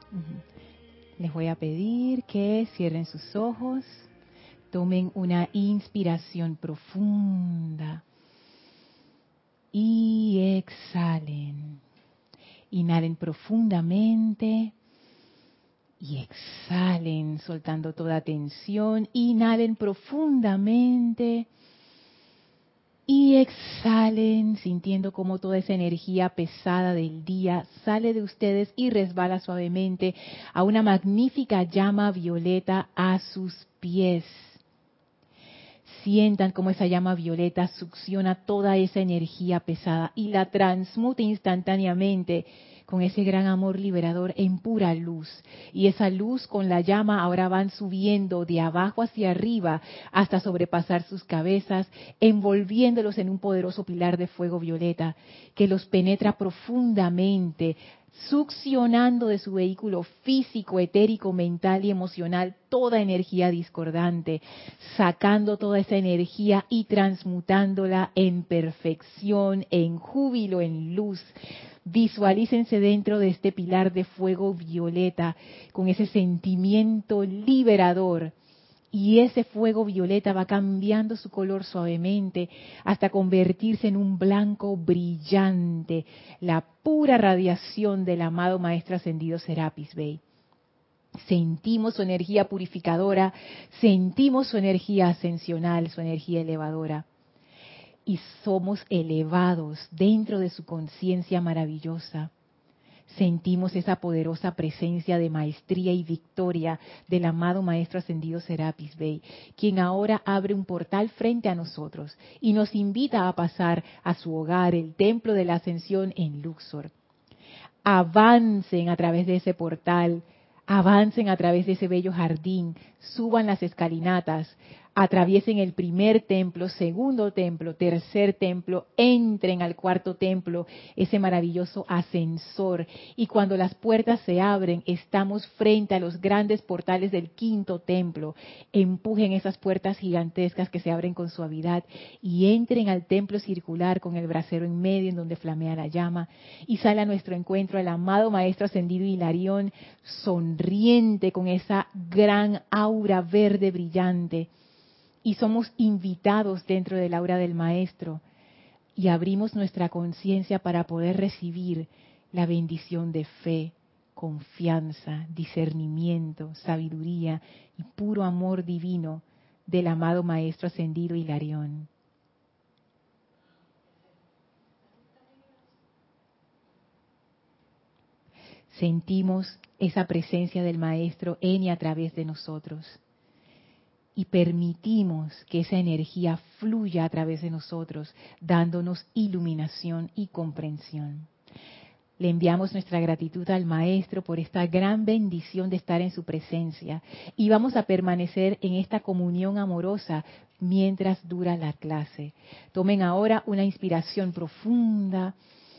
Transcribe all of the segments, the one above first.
Ujú. Les voy a pedir que cierren sus ojos, tomen una inspiración profunda y exhalen. Inhalen profundamente y exhalen, soltando toda tensión. Inhalen profundamente y exhalen, sintiendo cómo toda esa energía pesada del día sale de ustedes y resbala suavemente a una magnífica llama violeta a sus pies. Sientan cómo esa llama violeta succiona toda esa energía pesada y la transmuta instantáneamente con ese gran amor liberador en pura luz. Y esa luz con la llama ahora van subiendo de abajo hacia arriba hasta sobrepasar sus cabezas, envolviéndolos en un poderoso pilar de fuego violeta que los penetra profundamente, succionando de su vehículo físico, etérico, mental y emocional toda energía discordante, sacando toda esa energía y transmutándola en perfección, en júbilo, en luz. Visualícense dentro de este pilar de fuego violeta con ese sentimiento liberador. Y ese fuego violeta va cambiando su color suavemente hasta convertirse en un blanco brillante, la pura radiación del amado Maestro Ascendido Serapis Bey. Sentimos su energía purificadora, sentimos su energía ascensional, su energía elevadora. Y somos elevados dentro de su conciencia maravillosa. Sentimos esa poderosa presencia de maestría y victoria del amado Maestro Ascendido Serapis Bey, quien ahora abre un portal frente a nosotros y nos invita a pasar a su hogar, el Templo de la Ascensión en Luxor. Avancen a través de ese portal, avancen a través de ese bello jardín, suban las escalinatas, atraviesen el primer templo, segundo templo, tercer templo, entren al cuarto templo, ese maravilloso ascensor. Y cuando las puertas se abren, estamos frente a los grandes portales del quinto templo. Empujen esas puertas gigantescas que se abren con suavidad y entren al templo circular con el brasero en medio en donde flamea la llama. Y sale a nuestro encuentro el amado Maestro Ascendido Hilarión, sonriente con esa gran aura verde brillante. Y somos invitados dentro del aura del Maestro y abrimos nuestra conciencia para poder recibir la bendición de fe, confianza, discernimiento, sabiduría y puro amor divino del amado Maestro Ascendido Hilarión. Sentimos esa presencia del Maestro en y a través de nosotros. Y permitimos que esa energía fluya a través de nosotros, dándonos iluminación y comprensión. Le enviamos nuestra gratitud al Maestro por esta gran bendición de estar en su presencia. Y vamos a permanecer en esta comunión amorosa mientras dura la clase. Tomen ahora una inspiración profunda.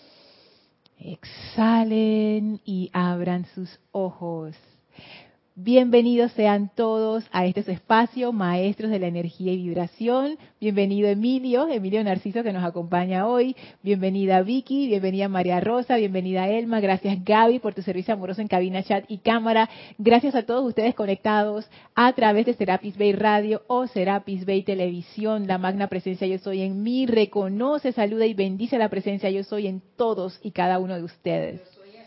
Exhalen y abran sus ojos. Bienvenidos sean todos a este su espacio, Maestros de la Energía y Vibración. Bienvenido Emilio Narciso que nos acompaña hoy. Bienvenida Vicky, bienvenida María Rosa, bienvenida Elma. Gracias Gaby por tu servicio amoroso en cabina, chat y cámara. Gracias a todos ustedes conectados a través de Serapis Bay Radio o Serapis Bay Televisión. La magna presencia Yo Soy en mí reconoce, saluda y bendice la presencia Yo Soy en todos y cada uno de ustedes.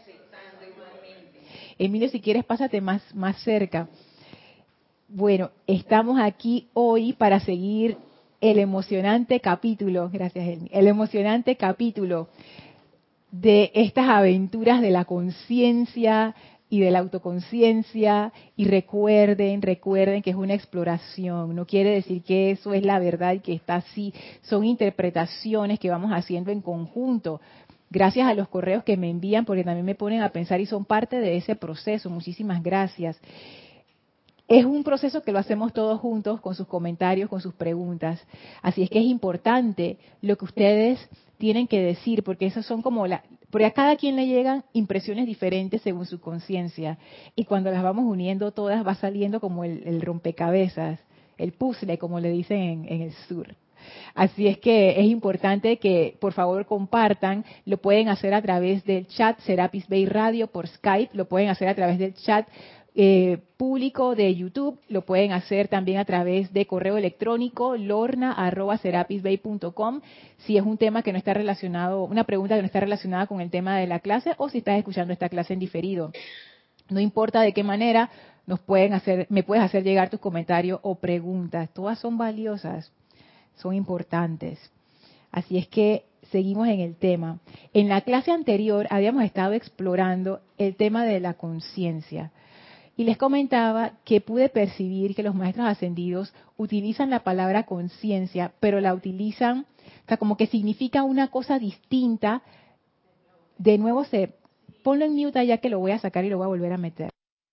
Emilio, si quieres, pásate más cerca. Bueno, estamos aquí hoy para seguir el emocionante capítulo, gracias Elmi, el emocionante capítulo de estas aventuras de la conciencia y de la autoconciencia. Y recuerden que es una exploración, no quiere decir que eso es la verdad y que está así, son interpretaciones que vamos haciendo en conjunto. Gracias a los correos que me envían, porque también me ponen a pensar y son parte de ese proceso. Muchísimas gracias. Es un proceso que lo hacemos todos juntos con sus comentarios, con sus preguntas. Así es que es importante lo que ustedes tienen que decir, porque esas son como porque a cada quien le llegan impresiones diferentes según su conciencia. Y cuando las vamos uniendo todas va saliendo como el rompecabezas, el puzzle, como le dicen en el sur. Así es que es importante que por favor compartan, lo pueden hacer a través del chat Serapis Bay Radio por Skype, lo pueden hacer a través del chat público de YouTube, lo pueden hacer también a través de correo electrónico lorna@serapisbay.com si es un tema que no está relacionado, una pregunta que no está relacionada con el tema de la clase, o si estás escuchando esta clase en diferido. No importa de qué manera me puedes hacer llegar tus comentarios o preguntas, todas son valiosas, son importantes. Así es que seguimos en el tema. En la clase anterior habíamos estado explorando el tema de la conciencia. Y les comentaba que pude percibir que los maestros ascendidos utilizan la palabra conciencia, pero la utilizan, o sea, como que significa una cosa distinta. De nuevo, ponlo en mute ya que lo voy a sacar y lo voy a volver a meter.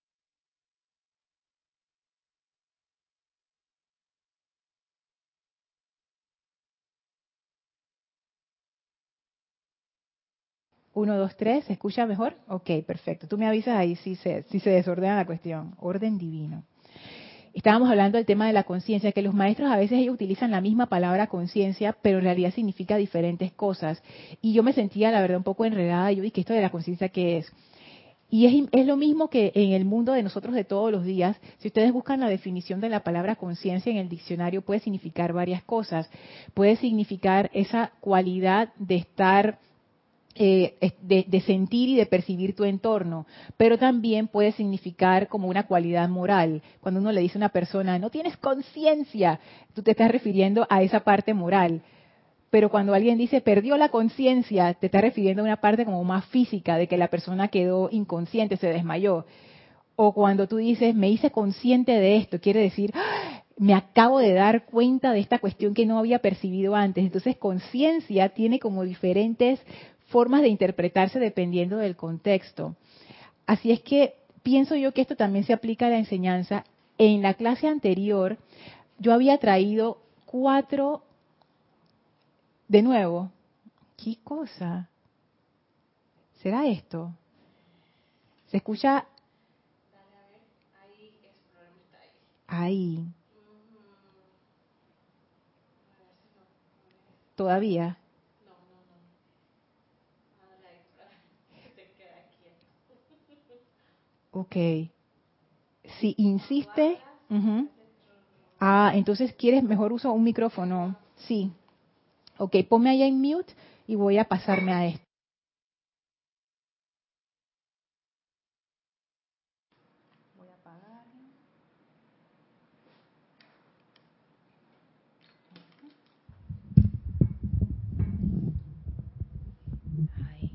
Uno, dos, tres, ¿se escucha mejor? Ok, perfecto. Tú me avisas ahí si se desordena la cuestión. Orden divino. Estábamos hablando del tema de la conciencia, que los maestros a veces ellos utilizan la misma palabra conciencia, pero en realidad significa diferentes cosas. Y yo me sentía, la verdad, un poco enredada. Yo dije, ¿esto de la conciencia qué es? Y es lo mismo que en el mundo de nosotros de todos los días. Si ustedes buscan la definición de la palabra conciencia en el diccionario, puede significar varias cosas. Puede significar esa cualidad de estar de sentir y de percibir tu entorno, pero también puede significar como una cualidad moral. Cuando uno le dice a una persona, no tienes conciencia, tú te estás refiriendo a esa parte moral. Pero cuando alguien dice perdió la conciencia, te estás refiriendo a una parte como más física, de que la persona quedó inconsciente, se desmayó. O cuando tú dices me hice consciente de esto, quiere decir me acabo de dar cuenta de esta cuestión que no había percibido antes. Entonces, conciencia tiene como diferentes formas de interpretarse dependiendo del contexto. Así es que pienso yo que esto también se aplica a la enseñanza. En la clase anterior, yo había traído 4, de nuevo. ¿Qué cosa? ¿Será esto? ¿Se escucha? Ahí. ¿Todavía? Ok. Si insiste, ujú. Entonces quieres mejor uso un micrófono. Sí. Ok, ponme allá en mute y voy a pasarme a esto. Voy a apagar. Ahí.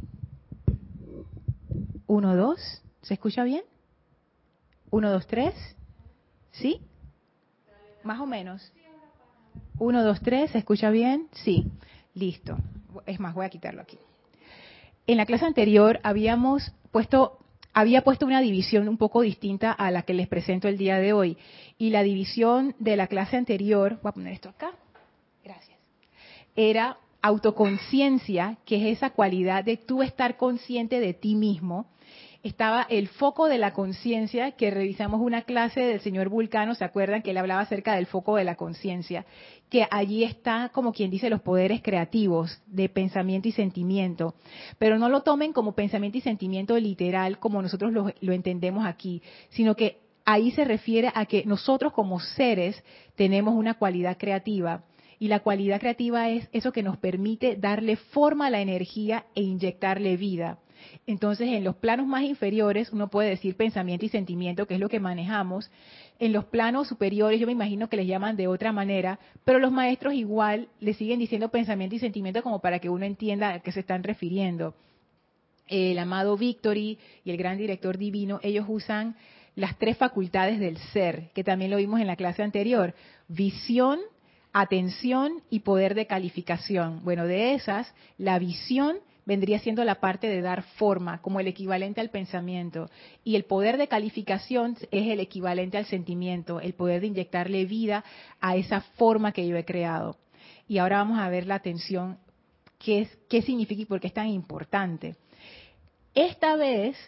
1, 2. ¿Se escucha bien? 1, 2, 3. ¿Sí? Más o menos. 1, 2, 3. ¿Se escucha bien? Sí. Listo. Es más, voy a quitarlo aquí. En la clase anterior había puesto una división un poco distinta a la que les presento el día de hoy. Y la división de la clase anterior, voy a poner esto acá, gracias, era autoconciencia, que es esa cualidad de tú estar consciente de ti mismo. Estaba el foco de la conciencia, que revisamos una clase del señor Vulcano, ¿se acuerdan? Que él hablaba acerca del foco de la conciencia, que allí está, como quien dice, los poderes creativos de pensamiento y sentimiento. Pero no lo tomen como pensamiento y sentimiento literal, como nosotros lo entendemos aquí, sino que ahí se refiere a que nosotros como seres tenemos una cualidad creativa. Y la cualidad creativa es eso que nos permite darle forma a la energía e inyectarle vida. Entonces, en los planos más inferiores, uno puede decir pensamiento y sentimiento, que es lo que manejamos. En los planos superiores, yo me imagino que les llaman de otra manera, pero los maestros igual le siguen diciendo pensamiento y sentimiento como para que uno entienda a qué se están refiriendo. El amado Victory y el gran director divino, ellos usan las 3 facultades del ser, que también lo vimos en la clase anterior: visión, atención y poder de calificación. Bueno, de esas, la visión vendría siendo la parte de dar forma, como el equivalente al pensamiento. Y el poder de calificación es el equivalente al sentimiento, el poder de inyectarle vida a esa forma que yo he creado. Y ahora vamos a ver la atención, qué significa y por qué es tan importante. Esta vez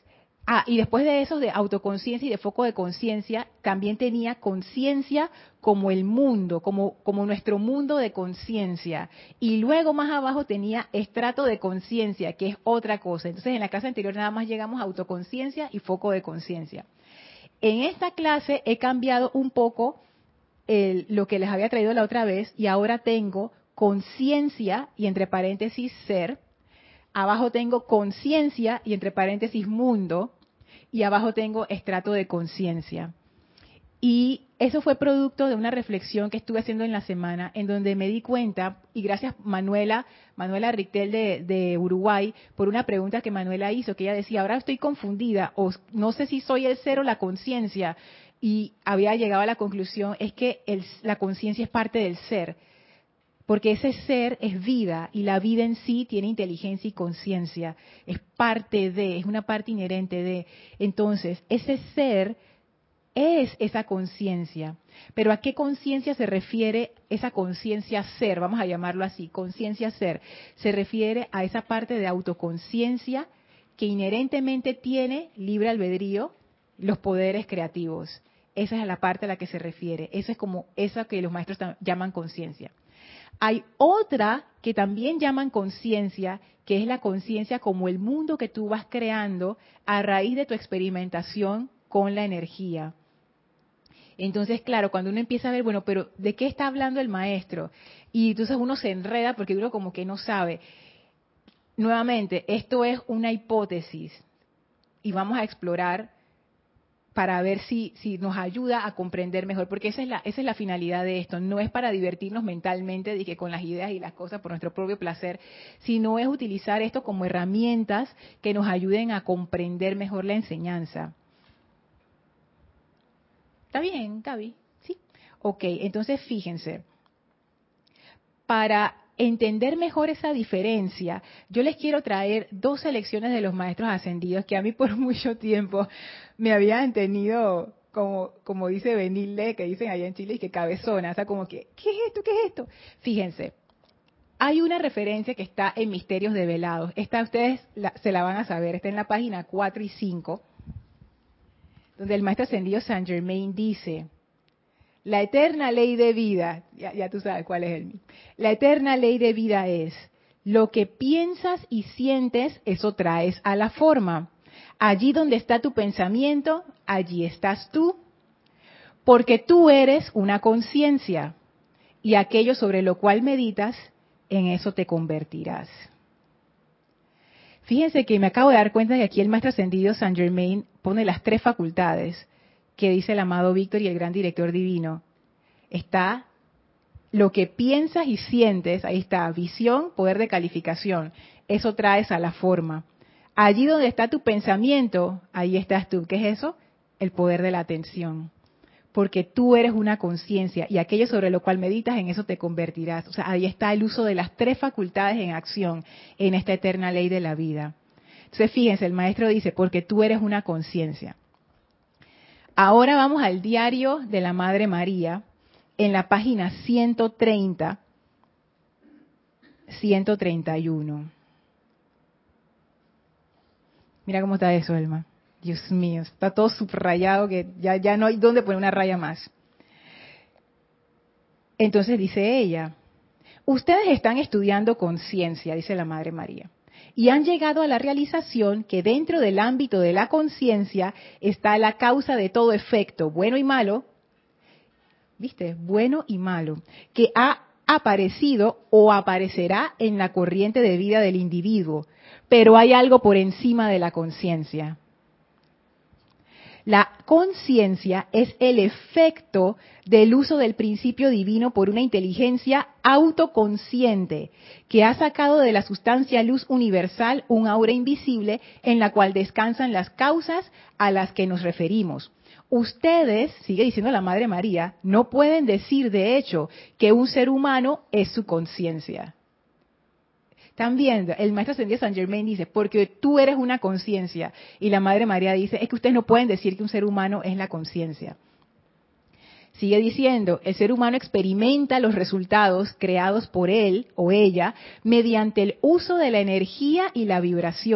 Y después de eso, de autoconciencia y de foco de conciencia, también tenía conciencia como el mundo, como nuestro mundo de conciencia. Y luego más abajo tenía estrato de conciencia, que es otra cosa. Entonces en la clase anterior nada más llegamos a autoconciencia y foco de conciencia. En esta clase he cambiado un poco lo que les había traído la otra vez y ahora tengo conciencia y entre paréntesis ser. Abajo tengo conciencia y entre paréntesis mundo. Y abajo tengo estrato de conciencia. Y eso fue producto de una reflexión que estuve haciendo en la semana, en donde me di cuenta, y gracias Manuela Richtel de Uruguay, por una pregunta que Manuela hizo, que ella decía, ahora estoy confundida, o no sé si soy el ser o la conciencia, y había llegado a la conclusión, es que la conciencia es parte del ser, porque ese ser es vida, y la vida en sí tiene inteligencia y conciencia, es parte de, es una parte inherente de. Entonces, ese ser es esa conciencia. Pero ¿a qué conciencia se refiere esa conciencia ser? Vamos a llamarlo así, conciencia ser. Se refiere a esa parte de autoconciencia que inherentemente tiene libre albedrío, los poderes creativos. Esa es la parte a la que se refiere. Eso es como esa que los maestros llaman conciencia. Hay otra que también llaman conciencia, que es la conciencia como el mundo que tú vas creando a raíz de tu experimentación con la energía. Entonces, claro, cuando uno empieza a ver, bueno, pero ¿de qué está hablando el maestro? Y entonces uno se enreda porque uno como que no sabe. Nuevamente, esto es una hipótesis y vamos a explorar para ver si nos ayuda a comprender mejor, porque esa es la finalidad de esto. No es para divertirnos mentalmente de que con las ideas y las cosas por nuestro propio placer, sino es utilizar esto como herramientas que nos ayuden a comprender mejor la enseñanza. ¿Está bien, Gaby? Sí. Ok, entonces fíjense. Para entender mejor esa diferencia, yo les quiero traer dos selecciones de los maestros ascendidos que a mí por mucho tiempo me habían tenido, como dice Benilde, que dicen allá en Chile, y que cabezona, o sea, como que, ¿qué es esto? ¿Qué es esto? Fíjense, hay una referencia que está en Misterios Develados. Esta ustedes se la van a saber, está en la página 4 y 5, donde el maestro ascendido Saint Germain dice: la eterna ley de vida, ya tú sabes cuál es la eterna ley de vida es, lo que piensas y sientes, eso traes a la forma. Allí donde está tu pensamiento, allí estás tú, porque tú eres una conciencia, y aquello sobre lo cual meditas, en eso te convertirás. Fíjense que me acabo de dar cuenta que aquí el maestro ascendido Saint Germain pone las tres facultades que dice el amado Víctor y el gran director divino. Está lo que piensas y sientes, ahí está, visión, poder de calificación, eso traes a la forma. Allí donde está tu pensamiento, ahí estás tú. ¿Qué es eso? El poder de la atención. Porque tú eres una conciencia y aquello sobre lo cual meditas, en eso te convertirás. O sea, ahí está el uso de las tres facultades en acción en esta eterna ley de la vida. Entonces, fíjense, el maestro dice, porque tú eres una conciencia. Ahora vamos al diario de la Madre María, en la página 130, 131. Mira cómo está eso, Elma. Dios mío, está todo subrayado que ya no hay dónde poner una raya más. Entonces dice ella, ustedes están estudiando conciencia, dice la Madre María, y han llegado a la realización que dentro del ámbito de la conciencia está la causa de todo efecto, bueno y malo, ¿viste? Bueno y malo, que ha aparecido o aparecerá en la corriente de vida del individuo, pero hay algo por encima de la conciencia. La conciencia es el efecto del uso del principio divino por una inteligencia autoconsciente que ha sacado de la sustancia luz universal un aura invisible en la cual descansan las causas a las que nos referimos. Ustedes, sigue diciendo la Madre María, no pueden decir de hecho que un ser humano es su conciencia. Están viendo, el maestro ascendido Saint Germain dice, porque tú eres una conciencia, y la Madre María dice, es que ustedes no pueden decir que un ser humano es la conciencia. Sigue diciendo, el ser humano experimenta los resultados creados por él o ella mediante el uso de la energía y la vibración,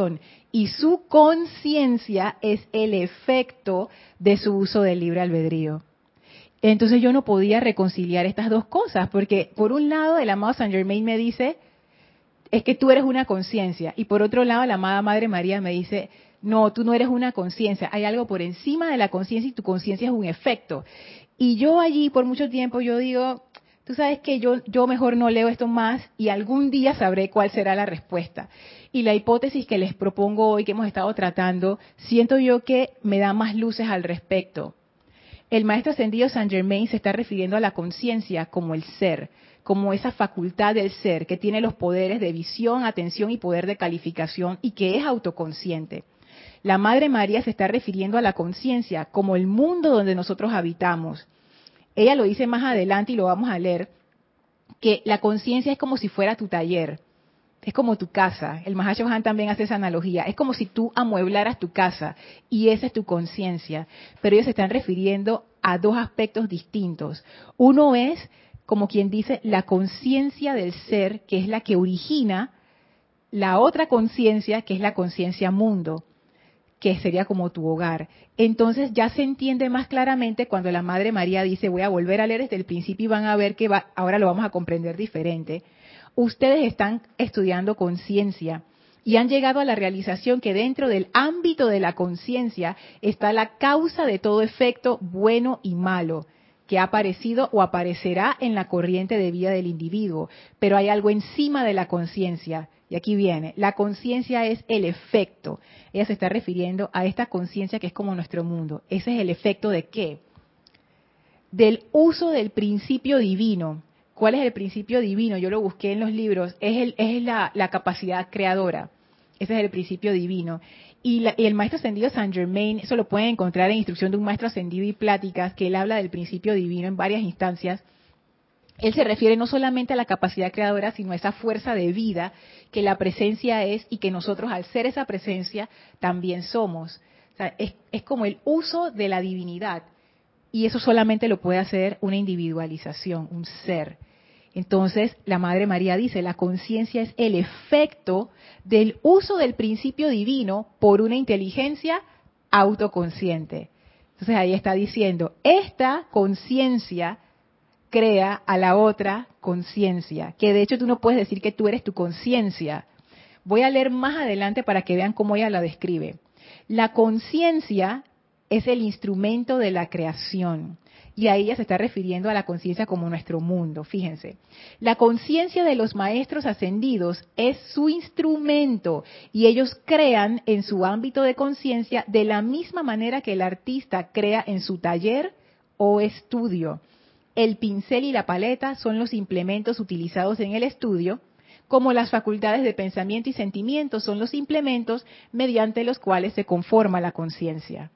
y su conciencia es el efecto de su uso del libre albedrío. Entonces yo no podía reconciliar estas dos cosas, porque por un lado el amado Saint Germain me dice, es que tú eres una conciencia, y por otro lado la amada Madre María me dice, no, tú no eres una conciencia, hay algo por encima de la conciencia y tu conciencia es un efecto. Y yo allí por mucho tiempo yo digo, tú sabes que yo mejor no leo esto más y algún día sabré cuál será la respuesta. Y la hipótesis que les propongo hoy, que hemos estado tratando, siento yo que me da más luces al respecto. El maestro ascendido Saint Germain se está refiriendo a la conciencia como el ser, como esa facultad del ser que tiene los poderes de visión, atención y poder de calificación y que es autoconsciente. La Madre María se está refiriendo a la conciencia como el mundo donde nosotros habitamos. Ella lo dice más adelante y lo vamos a leer, que la conciencia es como si fuera tu taller, es como tu casa. El Mahashohan también hace esa analogía. Es como si tú amueblaras tu casa y esa es tu conciencia. Pero ellos se están refiriendo a dos aspectos distintos. Uno es, como quien dice, la conciencia del ser, que es la que origina la otra conciencia, que es la conciencia mundo, que sería como tu hogar. Entonces ya se entiende más claramente cuando la Madre María dice, voy a volver a leer desde el principio y van a ver que ahora lo vamos a comprender diferente. Ustedes están estudiando conciencia y han llegado a la realización que dentro del ámbito de la conciencia está la causa de todo efecto bueno y malo que ha aparecido o aparecerá en la corriente de vida del individuo. Pero hay algo encima de la conciencia. Y aquí viene, la conciencia es el efecto. Ella se está refiriendo a esta conciencia que es como nuestro mundo. Ese es el efecto ¿de qué? Del uso del principio divino. ¿Cuál es el principio divino? Yo lo busqué en los libros. Es la capacidad creadora. Ese es el principio divino. Y el maestro ascendido Saint Germain, eso lo pueden encontrar en Instrucción de un Maestro Ascendido y Pláticas, que él habla del principio divino en varias instancias. Él se refiere no solamente a la capacidad creadora, sino a esa fuerza de vida que la presencia es y que nosotros al ser esa presencia también somos. O sea, es como el uso de la divinidad. Y eso solamente lo puede hacer una individualización, un ser. Entonces, la Madre María dice, la conciencia es el efecto del uso del principio divino por una inteligencia autoconsciente. Entonces ahí está diciendo, esta conciencia crea a la otra conciencia, que de hecho tú no puedes decir que tú eres tu conciencia. Voy a leer más adelante para que vean cómo ella la describe. La conciencia es el instrumento de la creación. Y a ella se está refiriendo a la conciencia como nuestro mundo. Fíjense, la conciencia de los maestros ascendidos es su instrumento y ellos crean en su ámbito de conciencia de la misma manera que el artista crea en su taller o estudio. El pincel y la paleta son los implementos utilizados en el estudio, como las facultades de pensamiento y sentimiento son los implementos mediante los cuales se conforma la conciencia.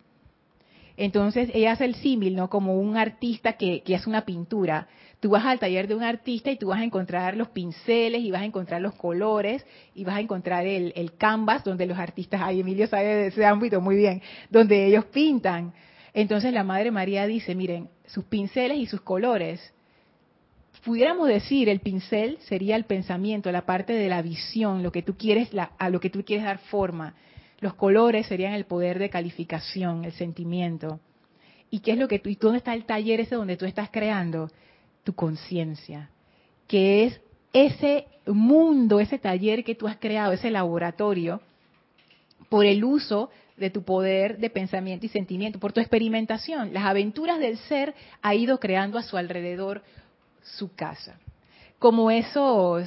Entonces ella hace el símil, ¿no? Como un artista que hace una pintura. Tú vas al taller de un artista y tú vas a encontrar los pinceles y vas a encontrar los colores y vas a encontrar el canvas donde los artistas, ay, Emilio sabe de ese ámbito muy bien, donde ellos pintan. Entonces la Madre María dice, miren, sus pinceles y sus colores, pudiéramos decir, el pincel sería el pensamiento, la parte de la visión, lo que tú quieres, a lo que tú quieres dar forma. Los colores serían el poder de calificación, el sentimiento. ¿Y qué es lo que y dónde está el taller ese donde tú estás creando? Tu conciencia, que es ese mundo, ese taller que tú has creado, ese laboratorio, por el uso de tu poder de pensamiento y sentimiento, por tu experimentación. Las aventuras del ser ha ido creando a su alrededor su casa. Como esos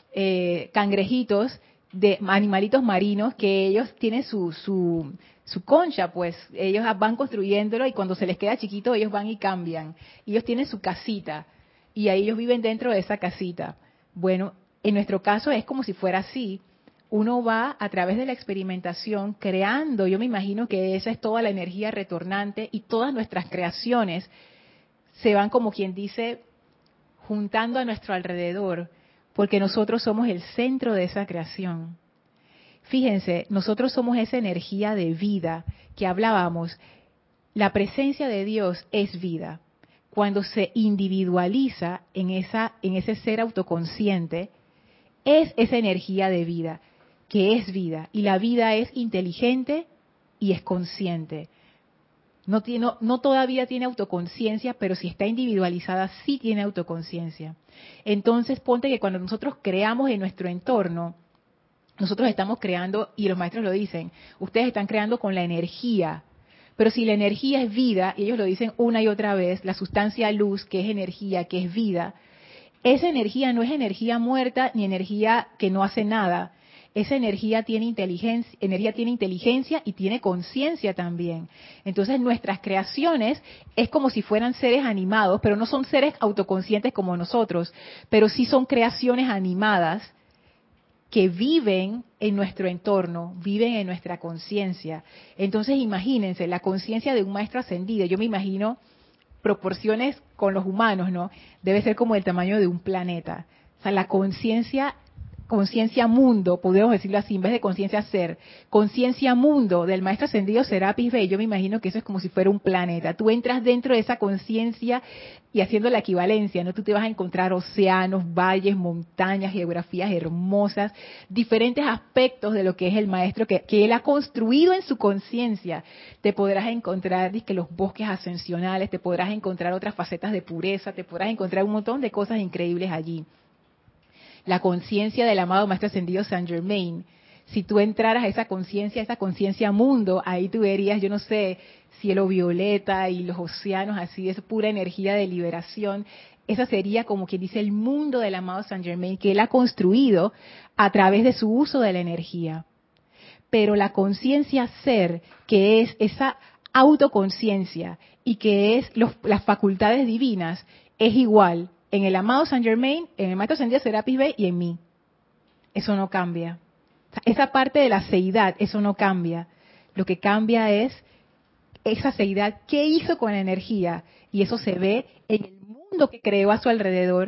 cangrejitos de animalitos marinos que ellos tienen su concha, pues ellos van construyéndolo y cuando se les queda chiquito ellos van y cambian. Ellos tienen su casita y ahí ellos viven dentro de esa casita. Bueno, en nuestro caso es como si fuera así. Uno va a través de la experimentación creando, yo me imagino que esa es toda la energía retornante y todas nuestras creaciones se van como quien dice juntando a nuestro alrededor, porque nosotros somos el centro de esa creación. Fíjense, nosotros somos esa energía de vida que hablábamos. La presencia de Dios es vida. Cuando se individualiza en ese ser autoconsciente, es esa energía de vida que es vida. Y la vida es inteligente y es consciente. No todavía tiene autoconciencia, pero si está individualizada, sí tiene autoconciencia. Entonces, ponte que cuando nosotros creamos en nuestro entorno, nosotros estamos creando, y los maestros lo dicen, ustedes están creando con la energía. Pero si la energía es vida, y ellos lo dicen una y otra vez, la sustancia luz, que es energía, que es vida, esa energía no es energía muerta ni energía que no hace nada. Esa energía tiene inteligencia y tiene conciencia también. Entonces nuestras creaciones es como si fueran seres animados, pero no son seres autoconscientes como nosotros, pero sí son creaciones animadas que viven en nuestro entorno, viven en nuestra conciencia. Entonces imagínense, la conciencia de un maestro ascendido, yo me imagino proporciones con los humanos, ¿no? Debe ser como el tamaño de un planeta. O sea, la conciencia mundo, podemos decirlo así, en vez de conciencia ser, conciencia mundo del maestro ascendido Serapis Bey, yo me imagino que eso es como si fuera un planeta. Tú entras dentro de esa conciencia y haciendo la equivalencia, ¿no? Tú te vas a encontrar océanos, valles, montañas, geografías hermosas, diferentes aspectos de lo que es el maestro que él ha construido en su conciencia. Te podrás encontrar, que los bosques ascensionales, te podrás encontrar otras facetas de pureza, te podrás encontrar un montón de cosas increíbles allí. La conciencia del amado Maestro Ascendido Saint Germain. Si tú entraras a esa conciencia mundo, ahí tú verías, yo no sé, cielo violeta y los océanos así, es pura energía de liberación. Esa sería como quien dice el mundo del amado Saint Germain que él ha construido a través de su uso de la energía. Pero la conciencia ser, que es esa autoconciencia y que es las facultades divinas, es igual en el amado Saint Germain, en el Maestro Ascendido Serapis Bey y en mí. Eso no cambia. Esa parte de la seidad, eso no cambia. Lo que cambia es esa seidad, ¿qué hizo con la energía? Y eso se ve en el mundo que creó a su alrededor.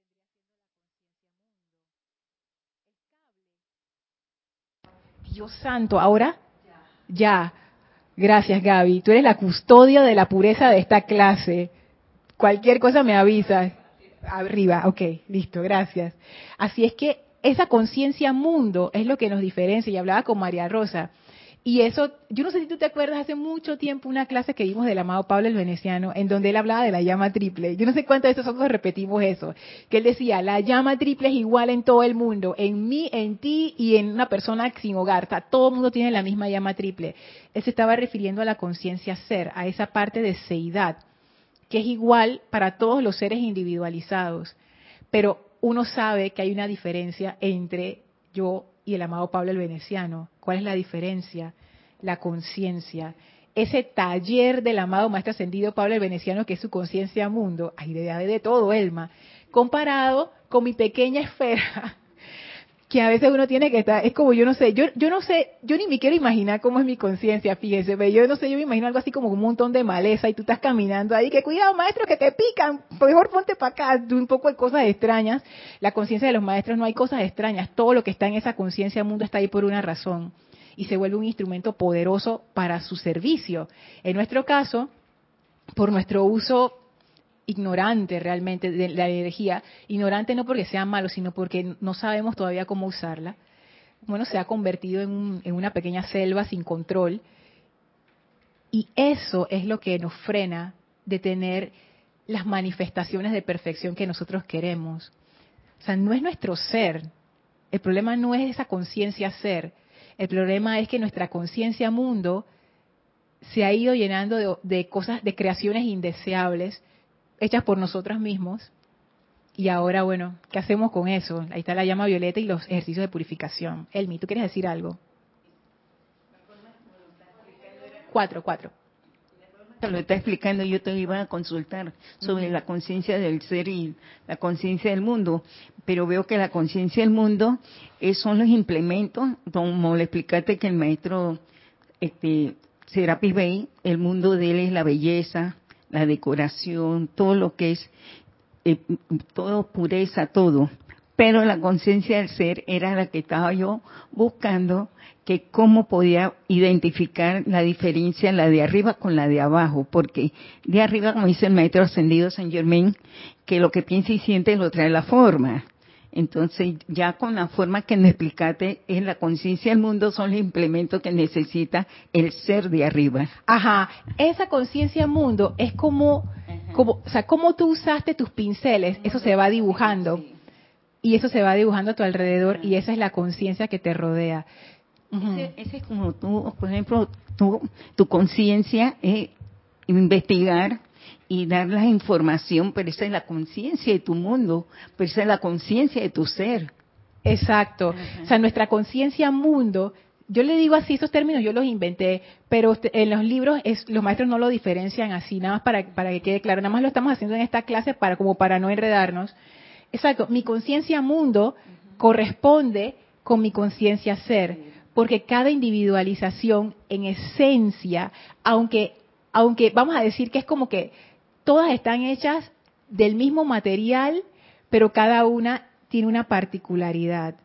Dios santo, ahora ya. Gracias, Gaby. Tú eres la custodia de la pureza de esta clase. Cualquier cosa me avisas. Arriba, ok, listo, gracias. Así es que esa conciencia mundo es lo que nos diferencia. Y hablaba con María Rosa. Y eso, yo no sé si tú te acuerdas, hace mucho tiempo una clase que vimos del amado Pablo el Veneciano, en donde él hablaba de la llama triple. Yo no sé cuántas veces nosotros repetimos eso. Que él decía, la llama triple es igual en todo el mundo, en mí, en ti y en una persona sin hogar. O sea, todo el mundo tiene la misma llama triple. Él se estaba refiriendo a la conciencia ser, a esa parte de seidad, que es igual para todos los seres individualizados. Pero uno sabe que hay una diferencia entre yo y el amado Pablo el Veneciano. ¿Cuál es la diferencia? La conciencia. Ese taller del amado Maestro Ascendido Pablo el Veneciano, que es su conciencia mundo, hay de todo, Elma, comparado con mi pequeña esfera, que a veces uno tiene que estar, es como yo no sé, yo ni me quiero imaginar cómo es mi conciencia, fíjese, pero yo no sé, yo me imagino algo así como un montón de maleza y tú estás caminando ahí, que cuidado maestro, que te pican, mejor ponte para acá, un poco de cosas extrañas. La conciencia de los maestros no hay cosas extrañas, todo lo que está en esa conciencia mundo está ahí por una razón y se vuelve un instrumento poderoso para su servicio. En nuestro caso, por nuestro uso ignorante realmente de la energía, ignorante no porque sea malo, sino porque no sabemos todavía cómo usarla. Bueno, se ha convertido en una pequeña selva sin control y eso es lo que nos frena de tener las manifestaciones de perfección que nosotros queremos. O sea, no es nuestro ser, el problema no es esa conciencia ser, el problema es que nuestra conciencia mundo se ha ido llenando de cosas, de creaciones indeseables, hechas por nosotros mismos. Y ahora, bueno, ¿qué hacemos con eso? Ahí está la llama violeta y los ejercicios de purificación. Elmi, ¿tú quieres decir algo? Cuatro. Lo está explicando, yo te iba a consultar sobre la conciencia del ser y la conciencia del mundo, pero veo que la conciencia del mundo son los implementos, como le explicaste que el maestro Serapis Bey, el mundo de él es la belleza, la decoración, todo lo que es, todo pureza, todo. Pero la conciencia del ser era la que estaba yo buscando, que cómo podía identificar la diferencia, la de arriba con la de abajo, porque de arriba, como dice el maestro ascendido Saint Germain, que lo que piensa y siente lo trae la forma. Entonces, ya con la forma que me explicaste, es la conciencia del mundo, son los implementos que necesita el ser de arriba. Ajá, esa conciencia mundo es como, o sea, como tú usaste tus pinceles, eso se va dibujando. Y eso se va dibujando a tu alrededor y esa es la conciencia que te rodea. Ese es como tú, por ejemplo, tu conciencia es investigar y dar la información, pero esa es la conciencia de tu mundo, pero esa es la conciencia de tu ser. Exacto. O sea, nuestra conciencia mundo, yo le digo así, esos términos yo los inventé, pero en los libros los maestros no lo diferencian así, nada más para que quede claro. Nada más lo estamos haciendo en esta clase como para no enredarnos. Exacto. Mi conciencia mundo corresponde con mi conciencia ser, porque cada individualización en esencia, aunque vamos a decir que es como que todas están hechas del mismo material, pero cada una tiene una particularidad.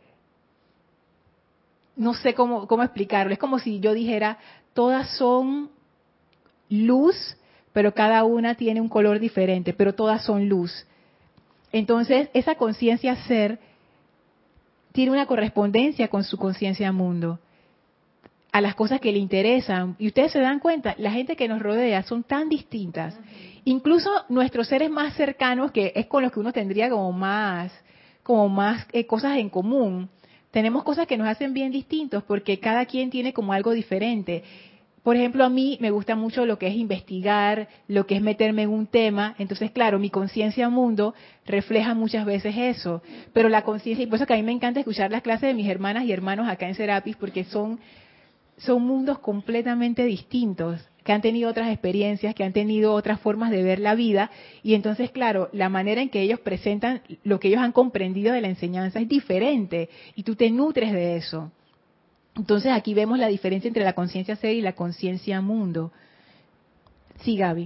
No sé cómo explicarlo. Es como si yo dijera, todas son luz, pero cada una tiene un color diferente, pero todas son luz. Entonces, esa conciencia ser tiene una correspondencia con su conciencia mundo, a las cosas que le interesan. Y ustedes se dan cuenta, la gente que nos rodea son tan distintas. Incluso nuestros seres más cercanos, que es con los que uno tendría como más cosas en común, tenemos cosas que nos hacen bien distintos porque cada quien tiene como algo diferente. Por ejemplo, a mí me gusta mucho lo que es investigar, lo que es meterme en un tema. Entonces, claro, mi conciencia mundo refleja muchas veces eso. Pero la conciencia, y por eso que a mí me encanta escuchar las clases de mis hermanas y hermanos acá en Serapis, porque son mundos completamente distintos, que han tenido otras experiencias, que han tenido otras formas de ver la vida, y entonces, claro, la manera en que ellos presentan lo que ellos han comprendido de la enseñanza es diferente, y tú te nutres de eso. Entonces aquí vemos la diferencia entre la conciencia ser y la conciencia mundo. Sí, Gaby.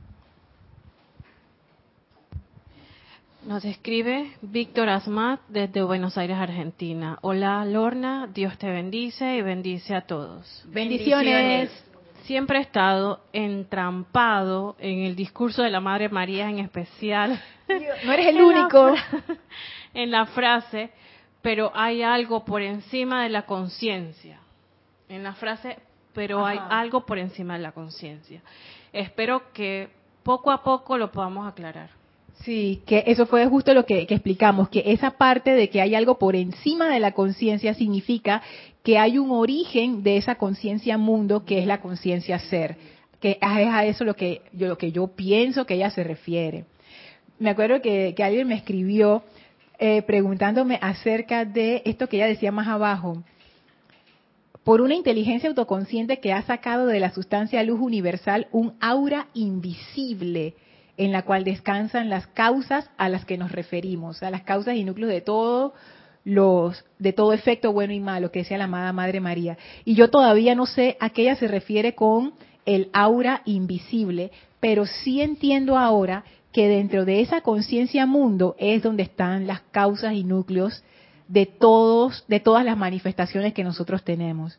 Nos escribe Víctor Asmat desde Buenos Aires, Argentina. Hola Lorna, Dios te bendice y bendice a todos. Bendiciones. Siempre he estado entrampado en el discurso de la Madre María en especial. No eres el único. En la frase, pero hay algo por encima de la conciencia. En la frase, pero hay algo por encima de la conciencia. Espero que poco a poco lo podamos aclarar. Sí, que eso fue justo lo que explicamos, que esa parte de que hay algo por encima de la conciencia significa que hay un origen de esa conciencia mundo que es la conciencia ser, que es a eso lo que yo pienso que ella se refiere. Me acuerdo que alguien me escribió preguntándome acerca de esto que ella decía más abajo. Por una inteligencia autoconsciente que ha sacado de la sustancia luz universal un aura invisible en la cual descansan las causas a las que nos referimos, a las causas y núcleos de todo efecto bueno y malo, que decía la amada Madre María. Y yo todavía no sé a qué ella se refiere con el aura invisible, pero sí entiendo ahora que dentro de esa conciencia mundo es donde están las causas y núcleos de todas las manifestaciones que nosotros tenemos.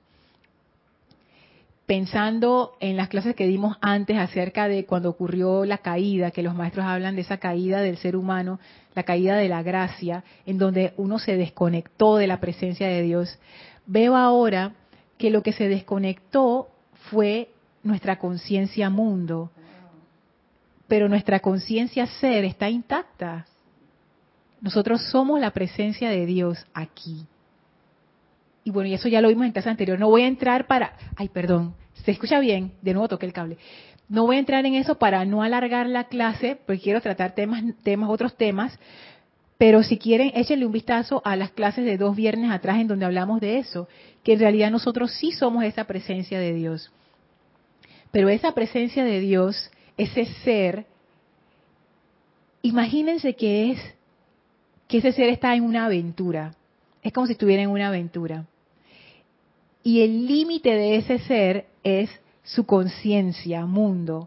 Pensando en las clases que dimos antes acerca de cuando ocurrió la caída, que los maestros hablan de esa caída del ser humano, la caída de la gracia, en donde uno se desconectó de la presencia de Dios, veo ahora que lo que se desconectó fue nuestra conciencia mundo, pero nuestra conciencia ser está intacta. Nosotros somos la presencia de Dios aquí. Y bueno, y eso ya lo vimos en clase anterior. No voy a entrar ¿se escucha bien? De nuevo toqué el cable. No voy a entrar en eso para no alargar la clase, porque quiero tratar otros temas. Pero si quieren, échenle un vistazo a las clases de 2 viernes atrás en donde hablamos de eso, que en realidad nosotros sí somos esa presencia de Dios. Pero esa presencia de Dios, ese ser, imagínense que ese ser está en una aventura. Es como si estuviera en una aventura. Y el límite de ese ser es su conciencia, mundo.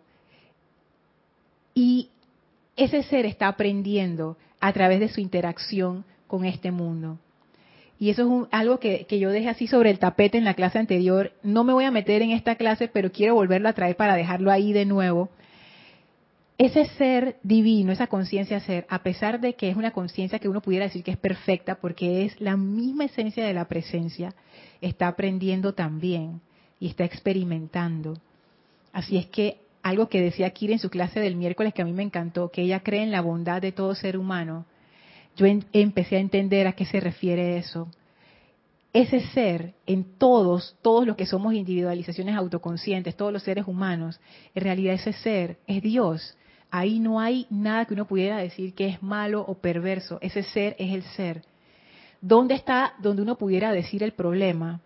Y ese ser está aprendiendo a través de su interacción con este mundo. Y eso es algo que yo dejé así sobre el tapete en la clase anterior. No me voy a meter en esta clase, pero quiero volverlo a traer para dejarlo ahí de nuevo. ese ser divino, esa conciencia ser, a pesar de que es una conciencia que uno pudiera decir que es perfecta porque es la misma esencia de la presencia, está aprendiendo también y está experimentando. Así es que algo que decía Kira en su clase del miércoles que a mí me encantó, que ella cree en la bondad de todo ser humano, yo empecé a entender a qué se refiere eso. Ese ser en todos los que somos individualizaciones autoconscientes, todos los seres humanos, en realidad ese ser es Dios. Ahí no hay nada que uno pudiera decir que es malo o perverso. Ese ser es el ser. ¿Dónde está donde uno pudiera decir el problema?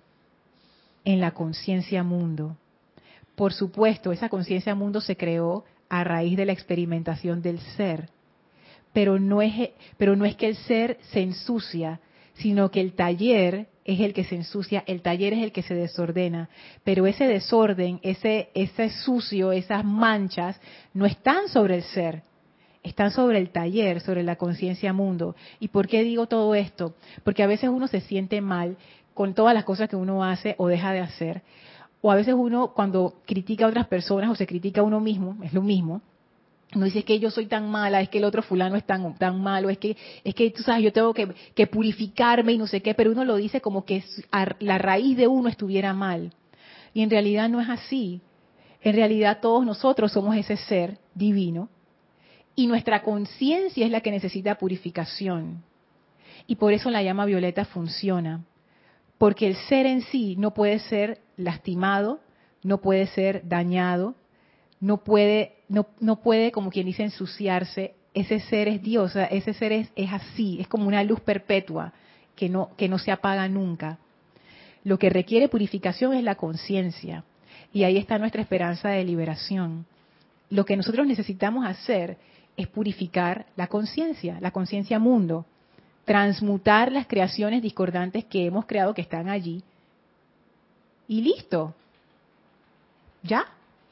En la conciencia mundo. Por supuesto, esa conciencia mundo se creó a raíz de la experimentación del ser. Pero no es que el ser se ensucia, sino que el taller es el que se ensucia, el taller es el que se desordena. Pero ese desorden, ese sucio, esas manchas, no están sobre el ser, están sobre el taller, sobre la conciencia mundo. ¿Y por qué digo todo esto? Porque a veces uno se siente mal con todas las cosas que uno hace o deja de hacer. O a veces uno cuando critica a otras personas o se critica a uno mismo, es lo mismo. No dice que yo soy tan mala, es que el otro fulano es tan malo, es que tú sabes, yo tengo que purificarme y no sé qué, pero uno lo dice como que la raíz de uno estuviera mal. Y en realidad no es así. En realidad todos nosotros somos ese ser divino y nuestra conciencia es la que necesita purificación. Y por eso la llama violeta funciona. Porque el ser en sí no puede ser lastimado, no puede ser dañado, no puede, como quien dice, ensuciarse. Ese ser es Dios, o sea, ese ser es así, es como una luz perpetua que no se apaga nunca. Lo que requiere purificación es la conciencia, y ahí está nuestra esperanza de liberación. Lo que nosotros necesitamos hacer es purificar la conciencia mundo, transmutar las creaciones discordantes que hemos creado que están allí, y listo, ya.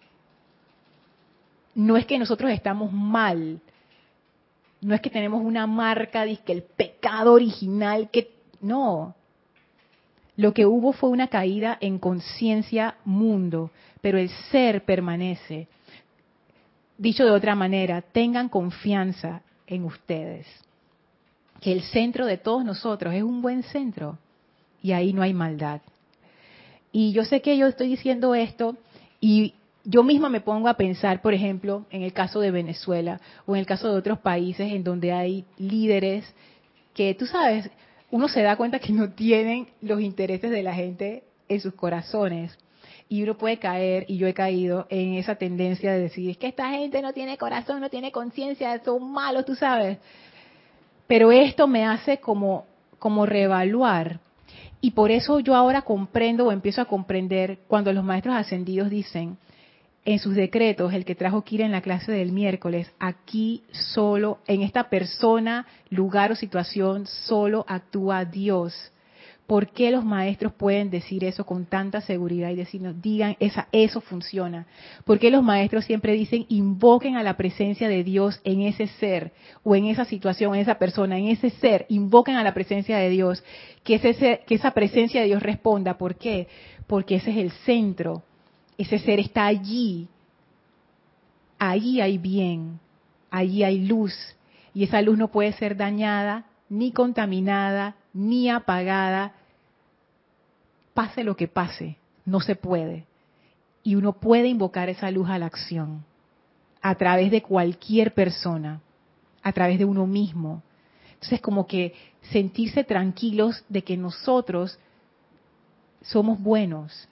No es que nosotros estamos mal, no es que tenemos una marca, que el pecado original, que no. Lo que hubo fue una caída en conciencia mundo, pero el ser permanece. Dicho de otra manera, tengan confianza en ustedes, que el centro de todos nosotros es un buen centro y ahí no hay maldad. Y yo sé que yo estoy diciendo esto y yo misma me pongo a pensar, por ejemplo, en el caso de Venezuela o en el caso de otros países en donde hay líderes que, tú sabes, uno se da cuenta que no tienen los intereses de la gente en sus corazones. Y uno puede caer, y yo he caído, en esa tendencia de decir, es que esta gente no tiene corazón, no tiene conciencia, son malos, tú sabes. Pero esto me hace como reevaluar. Y por eso yo ahora comprendo o empiezo a comprender cuando los maestros ascendidos dicen en sus decretos, el que trajo Kira en la clase del miércoles, aquí solo, en esta persona, lugar o situación, solo actúa Dios. ¿Por qué los maestros pueden decir eso con tanta seguridad y decirnos, digan, eso funciona? ¿Por qué los maestros siempre dicen, invoquen a la presencia de Dios en ese ser, o en esa situación, en esa persona, en ese ser, invoquen a la presencia de Dios, que esa presencia de Dios responda? ¿Por qué? Porque ese es el centro, ese ser está allí, allí hay bien, allí hay luz, y esa luz no puede ser dañada, ni contaminada, ni apagada. Pase lo que pase, no se puede. Y uno puede invocar esa luz a la acción, a través de cualquier persona, a través de uno mismo. Entonces, como que sentirse tranquilos de que nosotros somos buenos.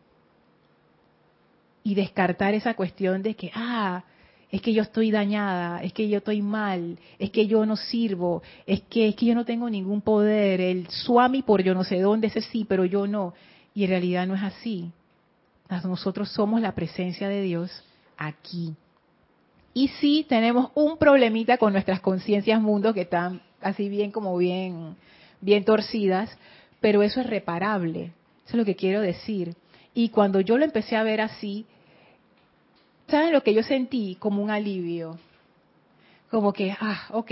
Y descartar esa cuestión de que, es que yo estoy dañada, es que yo estoy mal, es que yo no sirvo, es que yo no tengo ningún poder, el Swami por yo no sé dónde, ese sí, pero yo no. Y en realidad no es así. Nosotros somos la presencia de Dios aquí. Y sí tenemos un problemita con nuestras conciencias mundos que están así bien bien torcidas, pero eso es reparable. Eso es lo que quiero decir. Y cuando yo lo empecé a ver así, ¿saben lo que yo sentí? Como un alivio. Como que, ok,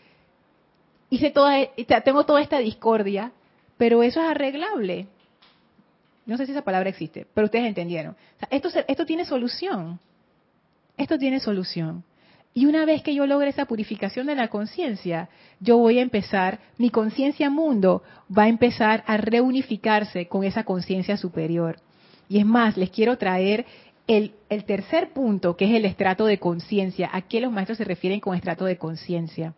tengo toda esta discordia, pero eso es arreglable. No sé si esa palabra existe, pero ustedes entendieron. O sea, esto tiene solución. Esto tiene solución. Y una vez que yo logre esa purificación de la conciencia, yo voy a empezar, mi conciencia mundo va a empezar a reunificarse con esa conciencia superior. Y es más, les quiero traer el tercer punto, que es el estrato de conciencia. ¿A qué los maestros se refieren con estrato de conciencia?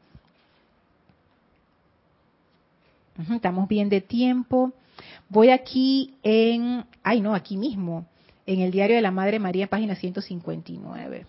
Estamos bien de tiempo. Voy aquí aquí mismo, en el Diario de la Madre María, página 159.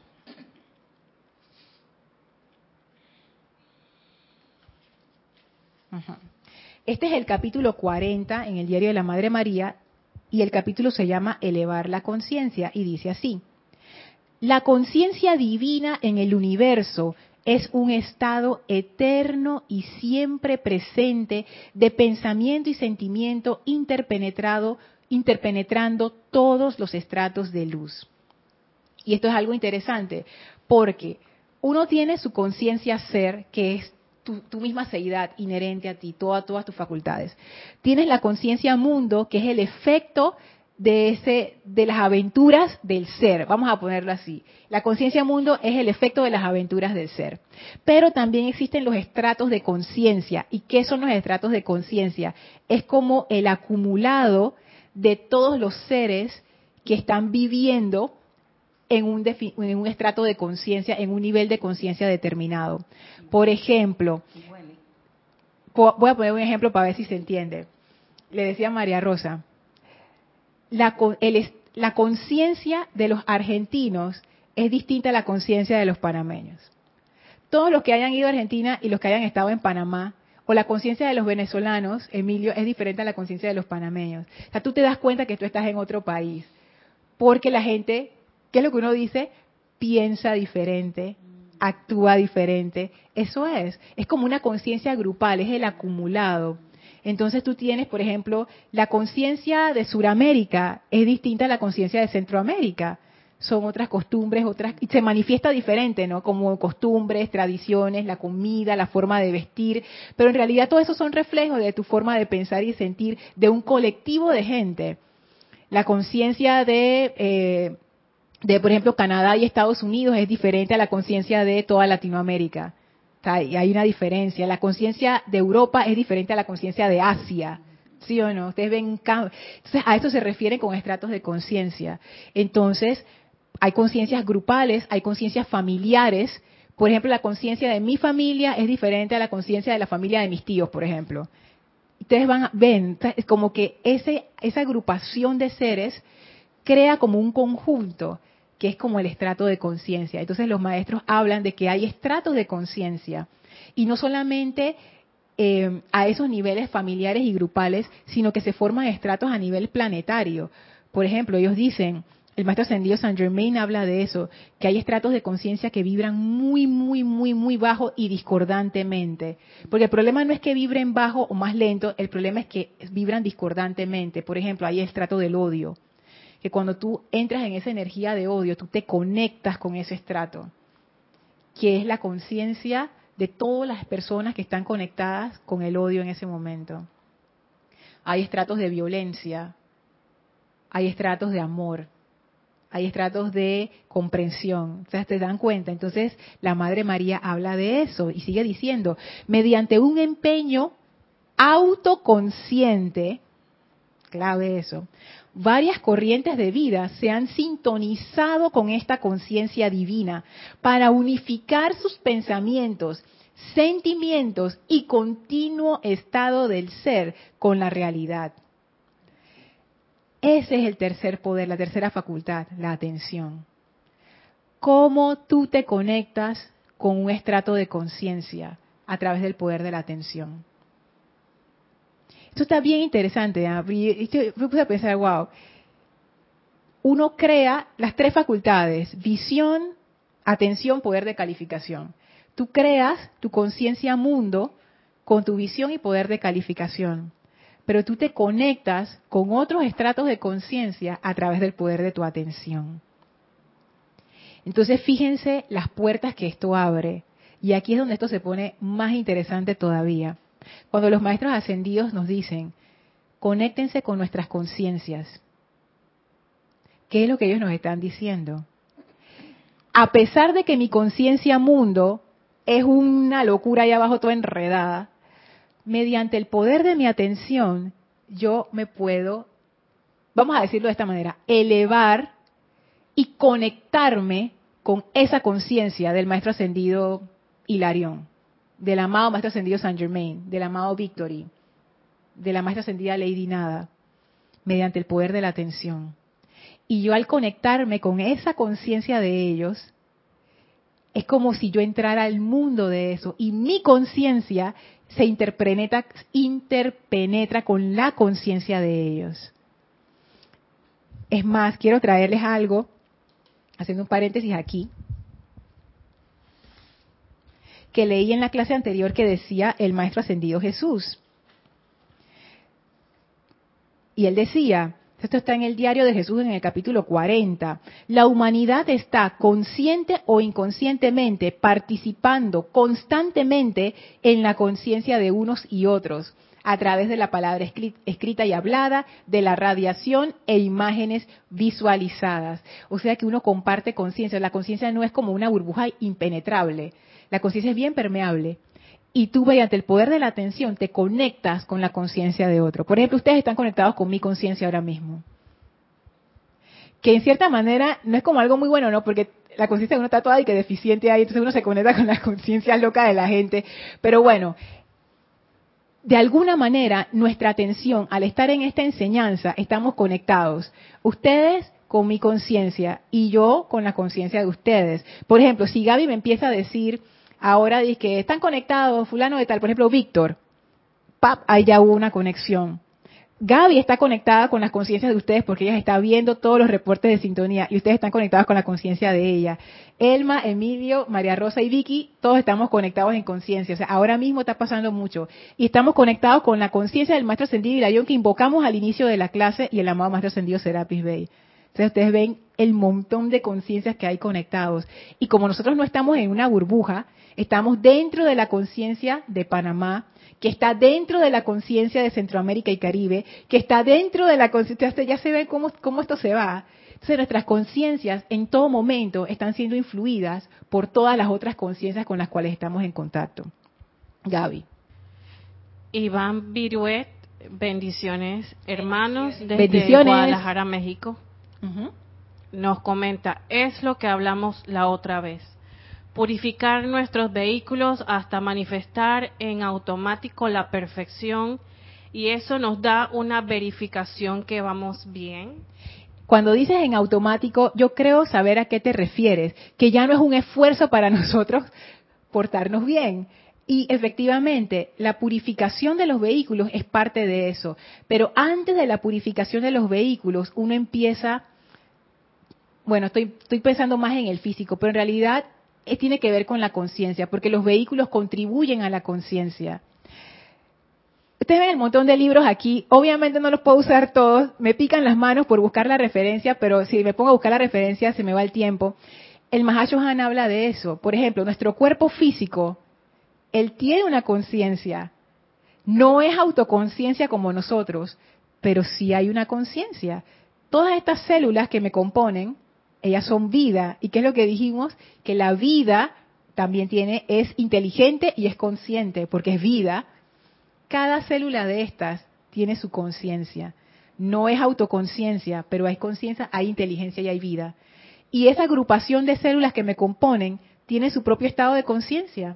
Este es el capítulo 40 en el Diario de la Madre María y el capítulo se llama Elevar la conciencia y dice así: la conciencia divina en el universo es un estado eterno y siempre presente de pensamiento y sentimiento interpenetrando todos los estratos de luz. Y esto es algo interesante porque uno tiene su conciencia ser, que es tu misma seidad inherente a ti, todas tus facultades. Tienes la conciencia mundo, que es el efecto de las aventuras del ser, vamos a ponerlo así. La conciencia mundo es el efecto de las aventuras del ser. Pero también existen los estratos de conciencia. ¿Y qué son los estratos de conciencia? Es como el acumulado de todos los seres que están viviendo en un estrato de conciencia, en un nivel de conciencia determinado. Por ejemplo, voy a poner un ejemplo para ver si se entiende. Le decía a María Rosa, la conciencia de los argentinos es distinta a la conciencia de los panameños. Todos los que hayan ido a Argentina y los que hayan estado en Panamá, o la conciencia de los venezolanos, Emilio, es diferente a la conciencia de los panameños. O sea, tú te das cuenta que tú estás en otro país, porque la gente, ¿qué es lo que uno dice? Piensa diferente, actúa diferente. Eso es como una conciencia grupal, es el acumulado. Entonces tú tienes, por ejemplo, la conciencia de Suramérica es distinta a la conciencia de Centroamérica. Son otras costumbres, y se manifiesta diferente, ¿no? Como costumbres, tradiciones, la comida, la forma de vestir, pero en realidad todo eso son reflejos de tu forma de pensar y sentir de un colectivo de gente. La conciencia de, por ejemplo, Canadá y Estados Unidos es diferente a la conciencia de toda Latinoamérica. Y hay una diferencia. La conciencia de Europa es diferente a la conciencia de Asia. ¿Sí o no? Ustedes ven. Entonces, a esto se refiere con estratos de conciencia. Entonces, hay conciencias grupales, hay conciencias familiares. Por ejemplo, la conciencia de mi familia es diferente a la conciencia de la familia de mis tíos, por ejemplo. Ustedes ven, es como que esa agrupación de seres crea como un conjunto que es como el estrato de conciencia. Entonces los maestros hablan de que hay estratos de conciencia y no solamente a esos niveles familiares y grupales, sino que se forman estratos a nivel planetario. Por ejemplo, ellos dicen, el maestro ascendido Saint Germain habla de eso, que hay estratos de conciencia que vibran muy, muy, muy, muy bajo y discordantemente. Porque el problema no es que vibren bajo o más lento, el problema es que vibran discordantemente. Por ejemplo, hay el estrato del odio, que cuando tú entras en esa energía de odio, tú te conectas con ese estrato, que es la conciencia de todas las personas que están conectadas con el odio en ese momento. Hay estratos de violencia, hay estratos de amor, hay estratos de comprensión. O sea, ¿te dan cuenta? Entonces, la Madre María habla de eso y sigue diciendo, mediante un empeño autoconsciente, clave eso, varias corrientes de vida se han sintonizado con esta conciencia divina para unificar sus pensamientos, sentimientos y continuo estado del ser con la realidad. Ese es el tercer poder, la tercera facultad, la atención. ¿Cómo tú te conectas con un estrato de conciencia a través del poder de la atención? Esto está bien interesante. Me puse a pensar, wow. Uno crea las tres facultades: visión, atención, poder de calificación. Tú creas tu conciencia mundo con tu visión y poder de calificación. Pero tú te conectas con otros estratos de conciencia a través del poder de tu atención. Entonces, fíjense las puertas que esto abre. Y aquí es donde esto se pone más interesante todavía. Cuando los maestros ascendidos nos dicen, conéctense con nuestras conciencias. ¿Qué es lo que ellos nos están diciendo? a pesar de que mi conciencia mundo es una locura ahí abajo toda enredada, mediante el poder de mi atención, yo me puedo, vamos a decirlo de esta manera, elevar y conectarme con esa conciencia del Maestro Ascendido Hilarión, del amado Maestro Ascendido Saint Germain, del amado Victory, de la Maestra Ascendida Lady Nada, mediante el poder de la atención. Y yo al conectarme con esa conciencia de ellos, es como si yo entrara al mundo de eso y mi conciencia se interpenetra con la conciencia de ellos. Es más, quiero traerles algo, haciendo un paréntesis aquí, que leí en la clase anterior que decía el Maestro Ascendido Jesús. Y él decía, esto está en el Diario de Jesús en el capítulo 40, la humanidad está consciente o inconscientemente participando constantemente en la conciencia de unos y otros, a través de la palabra escrita y hablada, de la radiación e imágenes visualizadas. O sea que uno comparte conciencia. La conciencia no es como una burbuja impenetrable. La conciencia es bien permeable. Y tú, mediante el poder de la atención, te conectas con la conciencia de otro. Por ejemplo, ustedes están conectados con mi conciencia ahora mismo. Que en cierta manera no es como algo muy bueno, ¿no? Porque la conciencia de uno está toda y que deficiente ahí, entonces uno se conecta con la conciencia loca de la gente. Pero bueno, de alguna manera, nuestra atención, al estar en esta enseñanza, estamos conectados. Ustedes con mi conciencia y yo con la conciencia de ustedes. Por ejemplo, si Gaby me empieza a decir, ahora dice que están conectados, fulano de tal, por ejemplo, Víctor, ¡pap! Ahí ya hubo una conexión. Gaby está conectada con las conciencias de ustedes porque ella está viendo todos los reportes de sintonía y ustedes están conectados con la conciencia de ella. Elma, Emilio, María Rosa y Vicky, todos estamos conectados en conciencia. O sea, ahora mismo está pasando mucho. Y estamos conectados con la conciencia del Maestro Ascendido Hilarión que invocamos al inicio de la clase y el amado Maestro Ascendido Serapis Bey. Entonces ustedes ven el montón de conciencias que hay conectados. Y como nosotros no estamos en una burbuja, estamos dentro de la conciencia de Panamá, que está dentro de la conciencia de Centroamérica y Caribe, que está dentro de la conciencia, ya se ve cómo esto se va. Entonces nuestras conciencias en todo momento están siendo influidas por todas las otras conciencias con las cuales estamos en contacto. Gaby. Iván Viruet, bendiciones hermanos desde bendiciones. Guadalajara, México. Nos comenta, es lo que hablamos la otra vez. Purificar nuestros vehículos hasta manifestar en automático la perfección y eso nos da una verificación que vamos bien. Cuando dices en automático, yo creo saber a qué te refieres, que ya no es un esfuerzo para nosotros portarnos bien. Y efectivamente, la purificación de los vehículos es parte de eso. Pero antes de la purificación de los vehículos, uno empieza, bueno, estoy pensando más en el físico, pero en realidad tiene que ver con la conciencia, porque los vehículos contribuyen a la conciencia. Ustedes ven el montón de libros aquí, obviamente no los puedo usar todos, me pican las manos por buscar la referencia, pero si me pongo a buscar la referencia se me va el tiempo. El Mahashohan habla de eso. Por ejemplo, nuestro cuerpo físico, él tiene una conciencia. No es autoconciencia como nosotros, pero sí hay una conciencia. Todas estas células que me componen, ellas son vida. ¿Y qué es lo que dijimos? Que la vida también es inteligente y es consciente, porque es vida. Cada célula de estas tiene su conciencia. No es autoconciencia, pero hay conciencia, hay inteligencia y hay vida. Y esa agrupación de células que me componen tiene su propio estado de conciencia.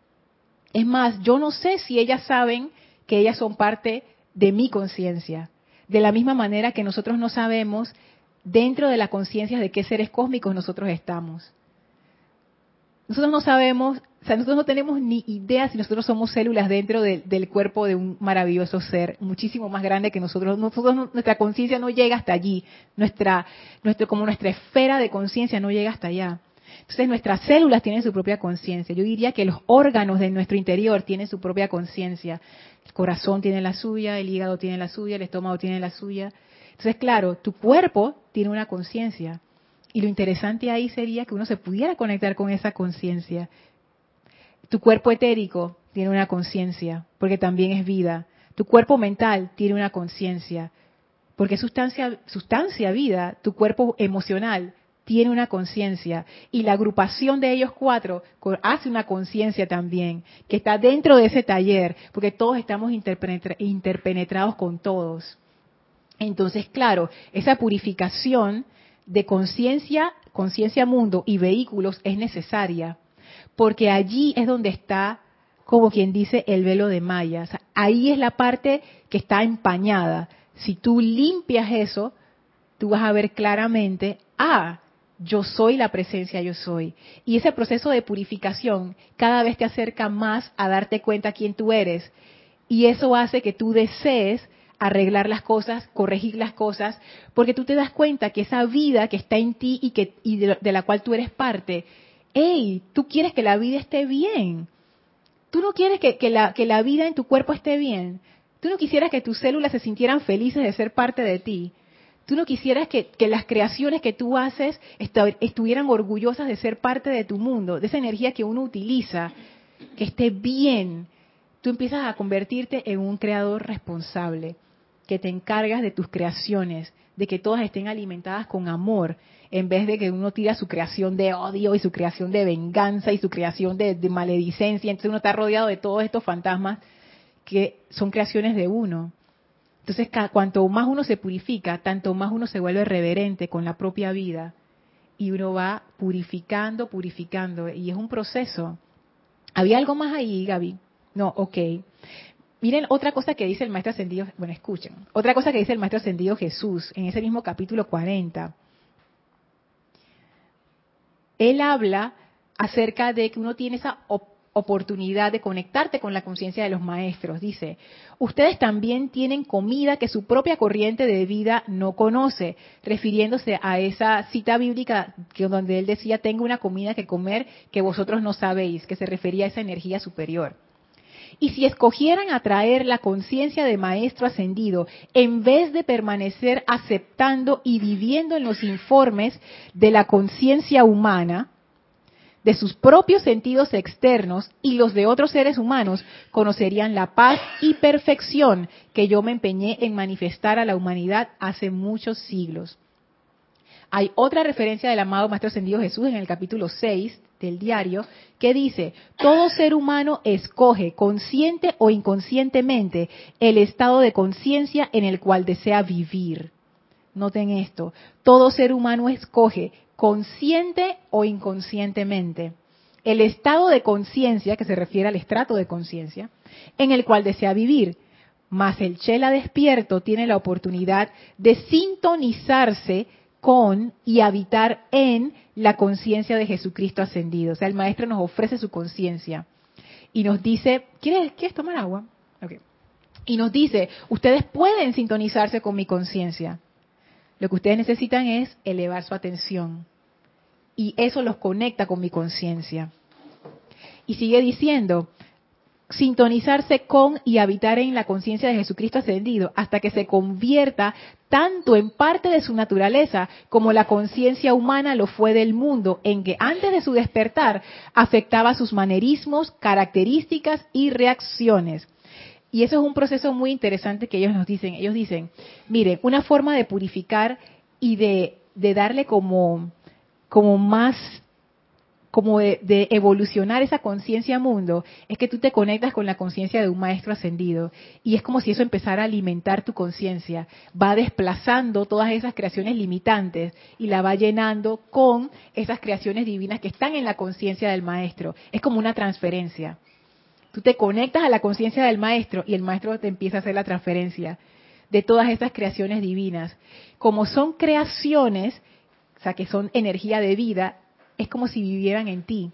Es más, yo no sé si ellas saben que ellas son parte de mi conciencia. De la misma manera que nosotros no sabemos dentro de la conciencia de qué seres cósmicos nosotros estamos. Nosotros no sabemos, o sea, nosotros no tenemos ni idea si nosotros somos células dentro del cuerpo de un maravilloso ser, muchísimo más grande que nosotros. Nuestra conciencia no llega hasta allí, como nuestra esfera de conciencia no llega hasta allá. Entonces nuestras células tienen su propia conciencia. Yo diría que los órganos de nuestro interior tienen su propia conciencia. El corazón tiene la suya, el hígado tiene la suya, el estómago tiene la suya. Entonces, claro, tu cuerpo tiene una conciencia. Y lo interesante ahí sería que uno se pudiera conectar con esa conciencia. Tu cuerpo etérico tiene una conciencia, porque también es vida. Tu cuerpo mental tiene una conciencia, porque es sustancia vida. Tu cuerpo emocional tiene una conciencia y la agrupación de ellos 4 hace una conciencia también, que está dentro de ese taller, porque todos estamos interpenetrados con todos. Entonces, claro, esa purificación de conciencia, conciencia mundo y vehículos es necesaria, porque allí es donde está, como quien dice, el velo de Maya. O sea, ahí es la parte que está empañada. Si tú limpias eso, tú vas a ver claramente, yo soy la presencia, yo soy. Y ese proceso de purificación cada vez te acerca más a darte cuenta quién tú eres. Y eso hace que tú desees arreglar las cosas, corregir las cosas, porque tú te das cuenta que esa vida que está en ti y de la cual tú eres parte, tú quieres que la vida esté bien. Tú no quieres que la vida en tu cuerpo esté bien. Tú no quisieras que tus células se sintieran felices de ser parte de ti. Tú no quisieras que las creaciones que tú haces estuvieran orgullosas de ser parte de tu mundo, de esa energía que uno utiliza, que esté bien. Tú empiezas a convertirte en un creador responsable, que te encargas de tus creaciones, de que todas estén alimentadas con amor, en vez de que uno tira su creación de odio y su creación de venganza y su creación de maledicencia. Entonces uno está rodeado de todos estos fantasmas que son creaciones de uno. Entonces, cuanto más uno se purifica, tanto más uno se vuelve reverente con la propia vida y uno va purificando, purificando, y es un proceso. ¿Había algo más ahí, Gaby? No, ok. Miren otra cosa que dice el Maestro Ascendido, bueno, escuchen, otra cosa que dice el Maestro Ascendido Jesús en ese mismo capítulo 40. Él habla acerca de que uno tiene esa oportunidad de conectarte con la conciencia de los maestros. Dice, ustedes también tienen comida que su propia corriente de vida no conoce, refiriéndose a esa cita bíblica donde él decía, tengo una comida que comer que vosotros no sabéis, que se refería a esa energía superior. Y si escogieran atraer la conciencia de maestro ascendido, en vez de permanecer aceptando y viviendo en los informes de la conciencia humana, de sus propios sentidos externos y los de otros seres humanos, conocerían la paz y perfección que yo me empeñé en manifestar a la humanidad hace muchos siglos. Hay otra referencia del amado Maestro Ascendido Jesús en el capítulo 6 del diario que dice, todo ser humano escoge consciente o inconscientemente el estado de conciencia en el cual desea vivir. Noten esto, todo ser humano escoge consciente o inconscientemente el estado de conciencia, que se refiere al estrato de conciencia, en el cual desea vivir. Mas el Chela despierto tiene la oportunidad de sintonizarse con y habitar en la conciencia de Jesucristo ascendido. O sea, el Maestro nos ofrece su conciencia y nos dice, ¿quieres tomar agua? Okay. Y nos dice, ustedes pueden sintonizarse con mi conciencia. Lo que ustedes necesitan es elevar su atención. Y eso los conecta con mi conciencia. Y sigue diciendo, sintonizarse con y habitar en la conciencia de Jesucristo ascendido hasta que se convierta tanto en parte de su naturaleza como la conciencia humana lo fue del mundo, en que antes de su despertar afectaba sus manerismos, características y reacciones. Y eso es un proceso muy interesante que ellos nos dicen. Ellos dicen, miren, una forma de purificar y de darle como más, como de evolucionar esa conciencia mundo, es que tú te conectas con la conciencia de un maestro ascendido. Y es como si eso empezara a alimentar tu conciencia. Va desplazando todas esas creaciones limitantes y la va llenando con esas creaciones divinas que están en la conciencia del maestro. Es como una transferencia. Tú te conectas a la conciencia del maestro y el maestro te empieza a hacer la transferencia de todas estas creaciones divinas. Como son creaciones, o sea, que son energía de vida, es como si vivieran en ti.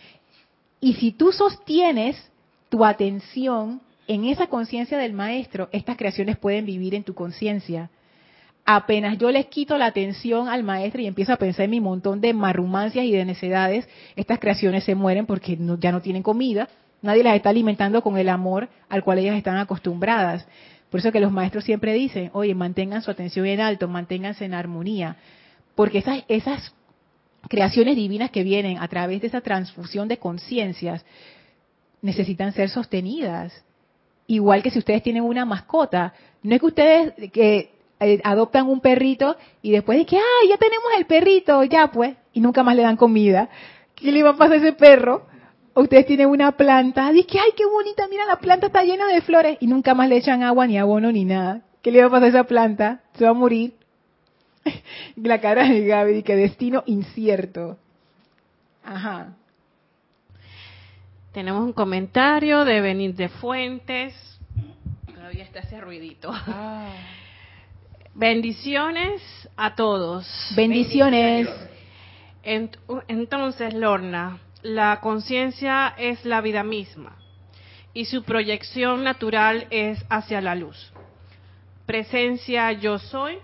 Y si tú sostienes tu atención en esa conciencia del maestro, estas creaciones pueden vivir en tu conciencia. Apenas yo les quito la atención al maestro y empiezo a pensar en mi montón de marrumancias y de necedades, estas creaciones se mueren porque ya no tienen comida. Nadie las está alimentando con el amor al cual ellas están acostumbradas. Por eso que los maestros siempre dicen, oye, mantengan su atención en alto, manténganse en armonía. Porque esas creaciones divinas que vienen a través de esa transfusión de conciencias necesitan ser sostenidas. Igual que si ustedes tienen una mascota, no es que ustedes adoptan un perrito y después de que, ¡ay, ya tenemos el perrito! Ya pues, y nunca más le dan comida. ¿Qué le va a pasar a ese perro? Ustedes tienen una planta, dicen, ¡ay, qué bonita! Mira, la planta está llena de flores y nunca más le echan agua, ni abono, ni nada. ¿Qué le va a pasar a esa planta? Se va a morir. La cara de Gaby, que destino incierto. Ajá. Tenemos un comentario de Benítez Fuentes. Todavía está ese ruidito. Bendiciones a todos. Bendiciones. Entonces, Lorna, la conciencia es la vida misma y su proyección natural es hacia la luz. Presencia yo soy.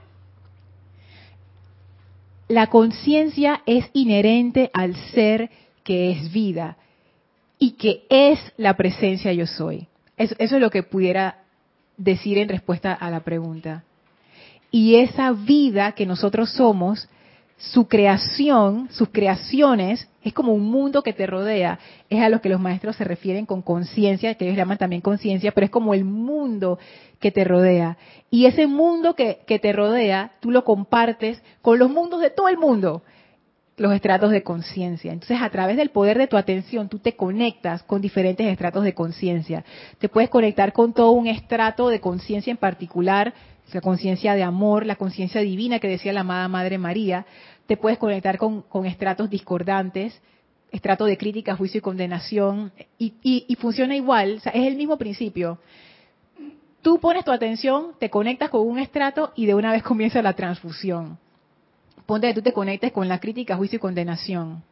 La conciencia es inherente al ser que es vida y que es la presencia yo soy. Eso es lo que pudiera decir en respuesta a la pregunta. Y esa vida que nosotros somos, su creación, sus creaciones, es como un mundo que te rodea. Es a lo que los maestros se refieren con conciencia, que ellos llaman también conciencia, pero es como el mundo que te rodea. Y ese mundo que te rodea, tú lo compartes con los mundos de todo el mundo, los estratos de conciencia. Entonces, a través del poder de tu atención, tú te conectas con diferentes estratos de conciencia. Te puedes conectar con todo un estrato de conciencia en particular, la conciencia de amor, la conciencia divina que decía la amada Madre María. Te puedes conectar con estratos discordantes, estrato de crítica, juicio y condenación, y funciona igual, o sea, es el mismo principio. Tú pones tu atención, te conectas con un estrato y de una vez comienza la transfusión. Ponte que tú te conectes con la crítica, juicio y condenación.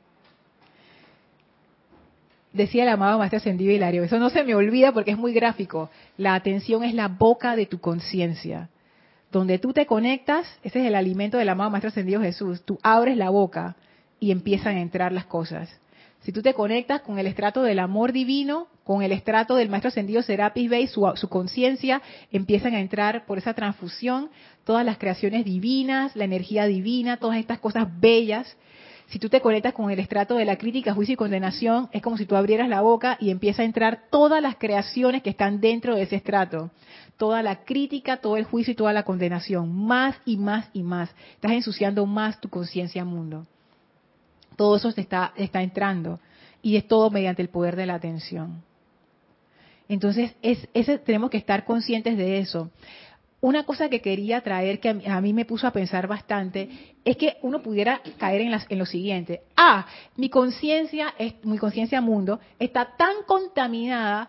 Decía el amado Maestro Ascendido Hilario, eso no se me olvida porque es muy gráfico. La atención es la boca de tu conciencia. Donde tú te conectas, ese es el alimento del amado Maestro Ascendido Jesús. Tú abres la boca y empiezan a entrar las cosas. Si tú te conectas con el estrato del amor divino, con el estrato del Maestro Ascendido Serapis Bey, su conciencia, empiezan a entrar por esa transfusión todas las creaciones divinas, la energía divina, todas estas cosas bellas. Si tú te conectas con el estrato de la crítica, juicio y condenación, es como si tú abrieras la boca y empieza a entrar todas las creaciones que están dentro de ese estrato. Toda la crítica, todo el juicio y toda la condenación. Más y más y más. Estás ensuciando más tu conciencia mundo. Todo eso te está entrando. Y es todo mediante el poder de la atención. Entonces, tenemos que estar conscientes de eso. Una cosa que quería traer, que a mí me puso a pensar bastante, es que uno pudiera caer en lo siguiente. Mi conciencia mundo, está tan contaminada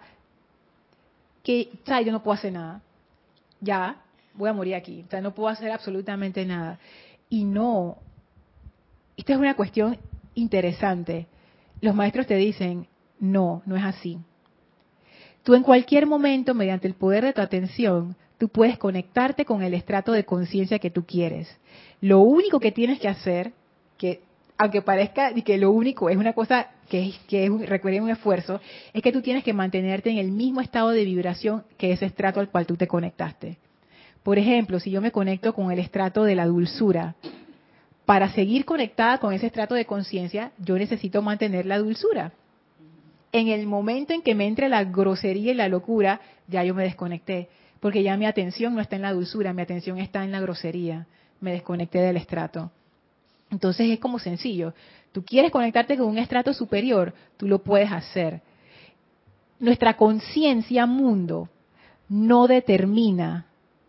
que, ¿sabes? Yo no puedo hacer nada. Ya, voy a morir aquí. O sea, no puedo hacer absolutamente nada. Y no, esta es una cuestión interesante. Los maestros te dicen, no, no es así. Tú en cualquier momento, mediante el poder de tu atención, tú puedes conectarte con el estrato de conciencia que tú quieres. Lo único que tienes que hacer, que aunque parezca que lo único es una cosa que requiere un esfuerzo, es que tú tienes que mantenerte en el mismo estado de vibración que ese estrato al cual tú te conectaste. Por ejemplo, si yo me conecto con el estrato de la dulzura, para seguir conectada con ese estrato de conciencia, yo necesito mantener la dulzura. En el momento en que me entre la grosería y la locura, ya yo me desconecté, porque ya mi atención no está en la dulzura, mi atención está en la grosería, me desconecté del estrato. Entonces es como sencillo, tú quieres conectarte con un estrato superior, tú lo puedes hacer. Nuestra conciencia mundo no determina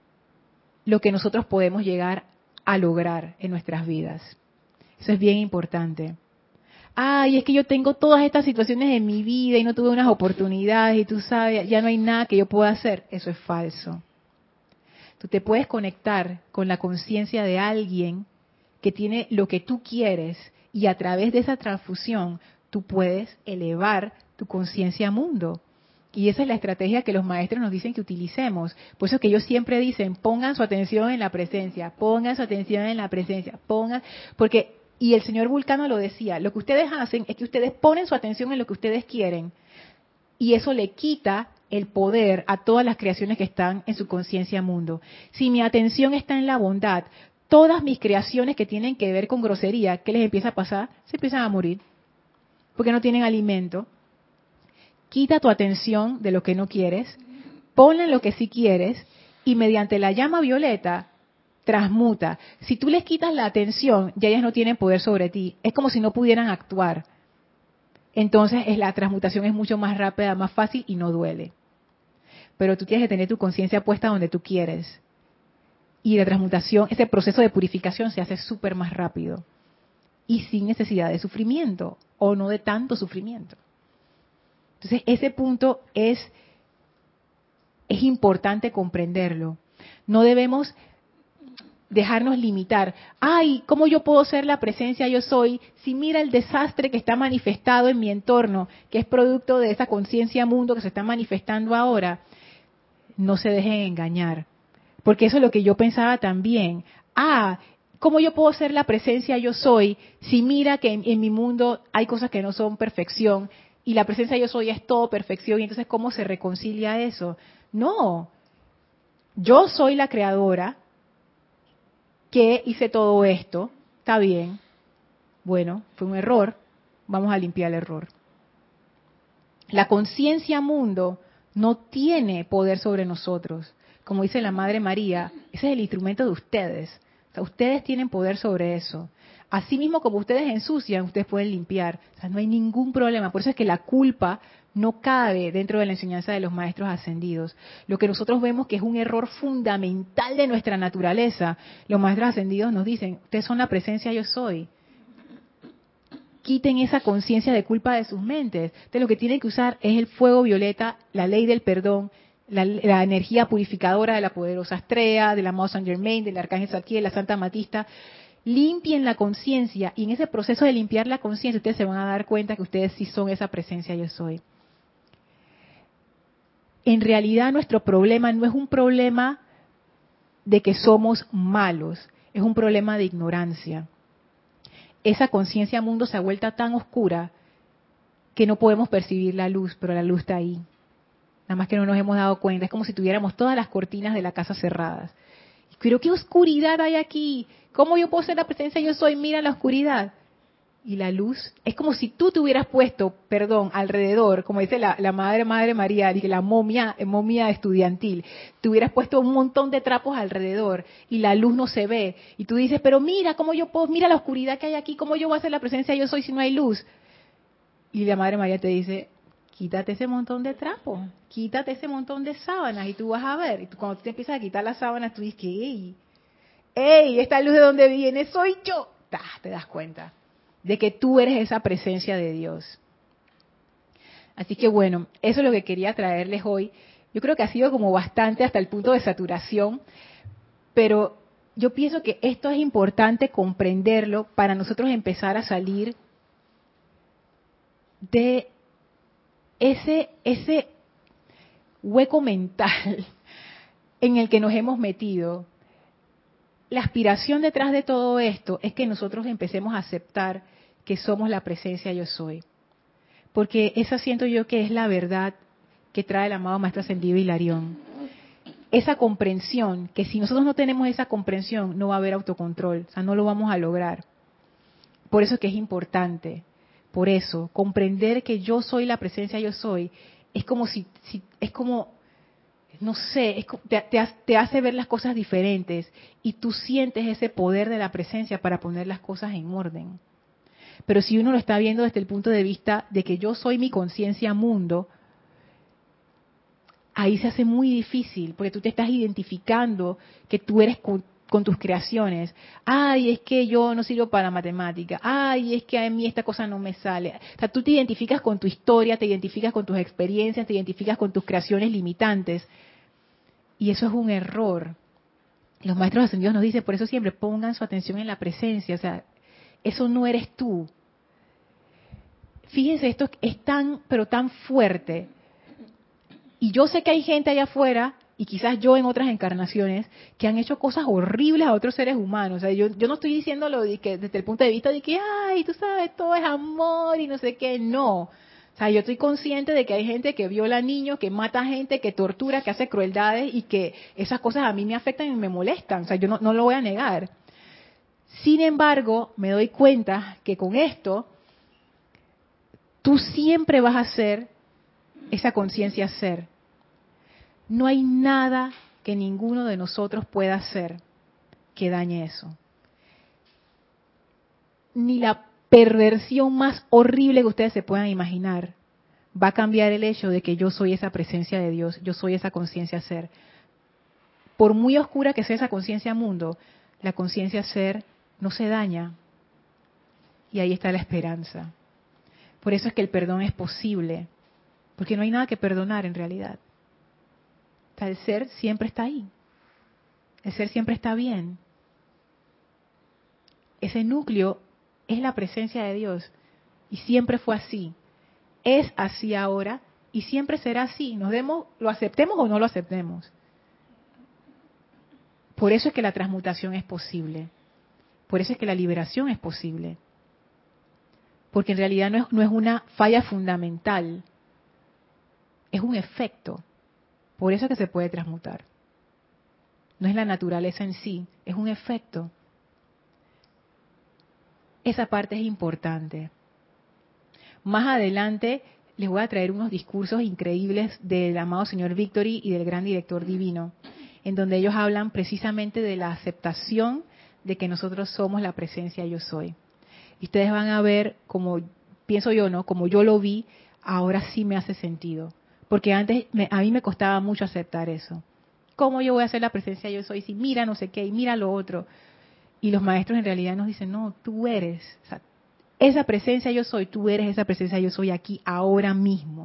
lo que nosotros podemos llegar a lograr en nuestras vidas. Eso es bien importante. Ay, es que yo tengo todas estas situaciones en mi vida y no tuve unas oportunidades y tú sabes, ya no hay nada que yo pueda hacer. Eso es falso. Tú te puedes conectar con la conciencia de alguien que tiene lo que tú quieres y a través de esa transfusión tú puedes elevar tu conciencia mundo. Y esa es la estrategia que los maestros nos dicen que utilicemos. Por eso que ellos siempre dicen, pongan su atención en la presencia, pongan su atención en la presencia, porque, y el señor Vulcano lo decía, lo que ustedes hacen es que ustedes ponen su atención en lo que ustedes quieren y eso le quita el poder a todas las creaciones que están en su conciencia mundo. Si mi atención está en la bondad, todas mis creaciones que tienen que ver con grosería, ¿qué les empieza a pasar? Se empiezan a morir, porque no tienen alimento. Quita tu atención de lo que no quieres, ponla en lo que sí quieres, y mediante la llama violeta, transmuta. Si tú les quitas la atención, ya ellas no tienen poder sobre ti. Es como si no pudieran actuar. Entonces la transmutación es mucho más rápida, más fácil y no duele. Pero tú tienes que tener tu conciencia puesta donde tú quieres. Y la transmutación, ese proceso de purificación se hace súper más rápido. Y sin necesidad de sufrimiento, o no de tanto sufrimiento. Entonces ese punto es importante comprenderlo. No debemos dejarnos limitar. Ay, ¿cómo yo puedo ser la presencia yo soy si mira el desastre que está manifestado en mi entorno, que es producto de esa conciencia mundo que se está manifestando ahora? No se dejen engañar, porque eso es lo que yo pensaba también. ¿Cómo yo puedo ser la presencia yo soy si mira que en mi mundo hay cosas que no son perfección y la presencia yo soy es todo perfección? Y entonces, ¿cómo se reconcilia eso? No, yo soy la creadora que hice todo esto, está bien, bueno, fue un error, vamos a limpiar el error. La conciencia mundo no tiene poder sobre nosotros. Como dice la Madre María, ese es el instrumento de ustedes. O sea, ustedes tienen poder sobre eso. Asimismo, como ustedes ensucian, ustedes pueden limpiar. O sea, no hay ningún problema. Por eso es que la culpa no cabe dentro de la enseñanza de los maestros ascendidos. Lo que nosotros vemos que es un error fundamental de nuestra naturaleza, los maestros ascendidos nos dicen, ustedes son la presencia yo soy. Quiten esa conciencia de culpa de sus mentes. Entonces lo que tienen que usar es el fuego violeta, la ley del perdón, la energía purificadora de la poderosa Astrea, del amado Saint Germain, del arcángel Zadkiel, de la Santa Amatista. Limpien la conciencia y en ese proceso de limpiar la conciencia ustedes se van a dar cuenta que ustedes sí son esa presencia yo soy. En realidad nuestro problema no es un problema de que somos malos, es un problema de ignorancia. Esa conciencia mundo se ha vuelto tan oscura que no podemos percibir la luz, pero la luz está ahí. Nada más que no nos hemos dado cuenta. Es como si tuviéramos todas las cortinas de la casa cerradas. Pero qué oscuridad hay aquí. ¿Cómo yo puedo ser la presencia yo soy? Mira la oscuridad. Y la luz, es como si tú te hubieras puesto, alrededor, como dice la Madre María, y la momia estudiantil, te hubieras puesto un montón de trapos alrededor y la luz no se ve. Y tú dices, pero mira, ¿cómo yo puedo? Mira la oscuridad que hay aquí, ¿cómo yo voy a ser la presencia yo soy si no hay luz? Y la Madre María te dice, quítate ese montón de trapos, quítate ese montón de sábanas y tú vas a ver. Y cuando tú te empiezas a quitar las sábanas, tú dices, ¡ey! ¿Esta luz de dónde viene? Soy yo. Te das cuenta de que tú eres esa presencia de Dios. Así que bueno, eso es lo que quería traerles hoy. Yo creo que ha sido como bastante hasta el punto de saturación, pero yo pienso que esto es importante comprenderlo para nosotros empezar a salir de ese hueco mental en el que nos hemos metido. La aspiración detrás de todo esto es que nosotros empecemos a aceptar que somos la presencia yo soy. Porque esa siento yo que es la verdad que trae el amado Maestro Ascendido Hilarión. Esa comprensión, que si nosotros no tenemos esa comprensión, no va a haber autocontrol, o sea, no lo vamos a lograr. Por eso es que es importante. Por eso, comprender que yo soy la presencia yo soy, es como no sé, te hace ver las cosas diferentes y tú sientes ese poder de la presencia para poner las cosas en orden. Pero si uno lo está viendo desde el punto de vista de que yo soy mi conciencia mundo, ahí se hace muy difícil, porque tú te estás identificando que tú eres con tus creaciones. Ay, es que yo no sirvo para matemática. Ay, es que a mí esta cosa no me sale. O sea, tú te identificas con tu historia, te identificas con tus experiencias, te identificas con tus creaciones limitantes. Y eso es un error. Los maestros ascendidos nos dicen, por eso siempre pongan su atención en la presencia. O sea, eso no eres tú. Fíjense, esto es tan, pero tan fuerte. Y yo sé que hay gente allá afuera, y quizás yo en otras encarnaciones, que han hecho cosas horribles a otros seres humanos. O sea, yo no estoy diciéndolo desde el punto de vista de que, ay, tú sabes, todo es amor y no sé qué. No. O sea, yo estoy consciente de que hay gente que viola niños, que mata gente, que tortura, que hace crueldades y que esas cosas a mí me afectan y me molestan. O sea, yo no lo voy a negar. Sin embargo, me doy cuenta que con esto, tú siempre vas a ser esa conciencia ser. No hay nada que ninguno de nosotros pueda hacer que dañe eso. Ni la perversión más horrible que ustedes se puedan imaginar va a cambiar el hecho de que yo soy esa presencia de Dios, yo soy esa conciencia ser. Por muy oscura que sea esa conciencia mundo, la conciencia ser no se daña. Y ahí está la esperanza. Por eso es que el perdón es posible, porque no hay nada que perdonar en realidad. O sea, el ser siempre está ahí. El ser siempre está bien. Ese núcleo es la presencia de Dios y siempre fue así. Es así ahora y siempre será así. Lo aceptemos o no lo aceptemos. Por eso es que la transmutación es posible. Por eso es que la liberación es posible. Porque en realidad no es una falla fundamental. Es un efecto. Por eso es que se puede transmutar. No es la naturaleza en sí, es un efecto. Esa parte es importante. Más adelante les voy a traer unos discursos increíbles del amado señor Victory y del gran director divino, en donde ellos hablan precisamente de la aceptación de que nosotros somos la presencia yo soy. Y ustedes van a ver, como pienso yo, ¿no? Como yo lo vi, ahora sí me hace sentido. Porque antes a mí me costaba mucho aceptar eso. ¿Cómo yo voy a ser la presencia yo soy si mira no sé qué y mira lo otro? Y los maestros en realidad nos dicen, no, tú eres, o sea, esa presencia yo soy, tú eres esa presencia yo soy aquí, ahora mismo.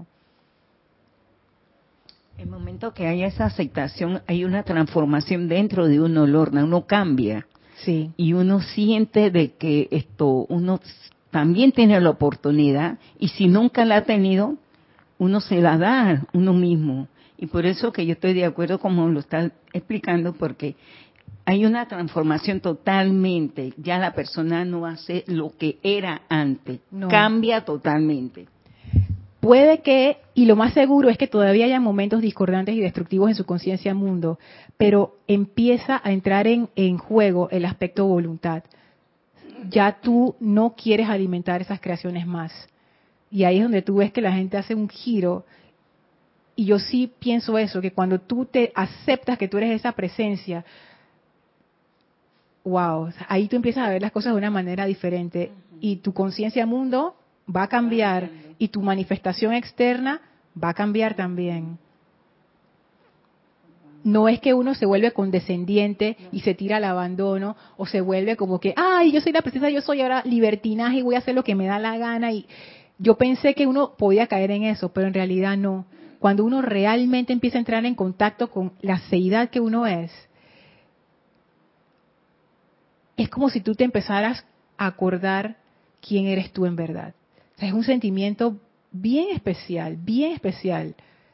El momento que hay esa aceptación, hay una transformación dentro de uno, Lorna, uno cambia. Sí. Y uno siente de que uno también tiene la oportunidad, y si nunca la ha tenido, uno se la da uno mismo. Y por eso que yo estoy de acuerdo como lo está explicando, porque hay una transformación totalmente. Ya la persona no hace lo que era antes, No. Cambia totalmente. Puede que, y lo más seguro es que todavía haya momentos discordantes y destructivos en su conciencia mundo, pero empieza a entrar en juego el aspecto voluntad. Ya tú no quieres alimentar esas creaciones más. Y ahí es donde tú ves que la gente hace un giro. Y yo sí pienso eso, que cuando tú te aceptas que tú eres esa presencia, wow, ahí tú empiezas a ver las cosas de una manera diferente. Y tu conciencia mundo va a cambiar y tu manifestación externa va a cambiar también. No es que uno se vuelve condescendiente y se tira al abandono, o se vuelve como que, ay, yo soy la presencia, yo soy ahora libertinaje y voy a hacer lo que me da la gana. Y yo pensé que uno podía caer en eso, pero en realidad no. Cuando uno realmente empieza a entrar en contacto con la seidad que uno es como si tú te empezaras a acordar quién eres tú en verdad. O sea, es un sentimiento bien especial, bien especial.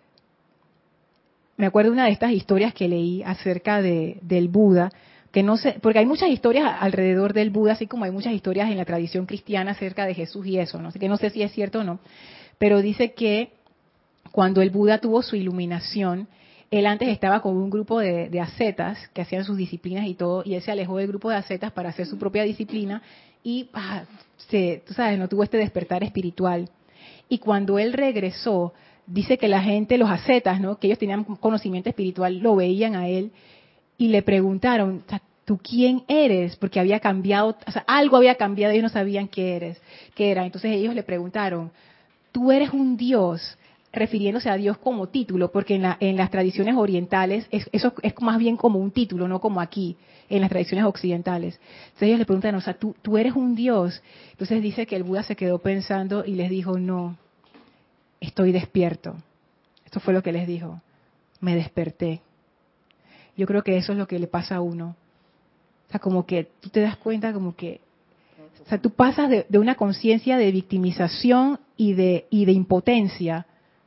Me acuerdo de una de estas historias que leí acerca del Buda, que no sé, porque hay muchas historias alrededor del Buda, así como hay muchas historias en la tradición cristiana acerca de Jesús y eso, ¿no? Así que no sé si es cierto o no, pero dice que cuando el Buda tuvo su iluminación, él antes estaba con un grupo de ascetas que hacían sus disciplinas y todo, y él se alejó del grupo de ascetas para hacer su propia disciplina y, tú sabes, no tuvo este despertar espiritual. Y cuando él regresó, dice que la gente, los ascetas, ¿no?, que ellos tenían conocimiento espiritual, lo veían a él y le preguntaron, ¿tú quién eres? Porque había cambiado, o sea, algo había cambiado, ellos no sabían qué era. Entonces ellos le preguntaron, ¿tú eres un dios? Refiriéndose a Dios como título, porque en las tradiciones orientales eso es más bien como un título, no como aquí, en las tradiciones occidentales. Entonces ellos le preguntan, o sea, ¿tú eres un Dios? Entonces dice que el Buda se quedó pensando y les dijo, no, estoy despierto. Esto fue lo que les dijo, me desperté. Yo creo que eso es lo que le pasa a uno. O sea, como que tú te das cuenta como que, o sea, tú pasas de una conciencia de victimización y de impotencia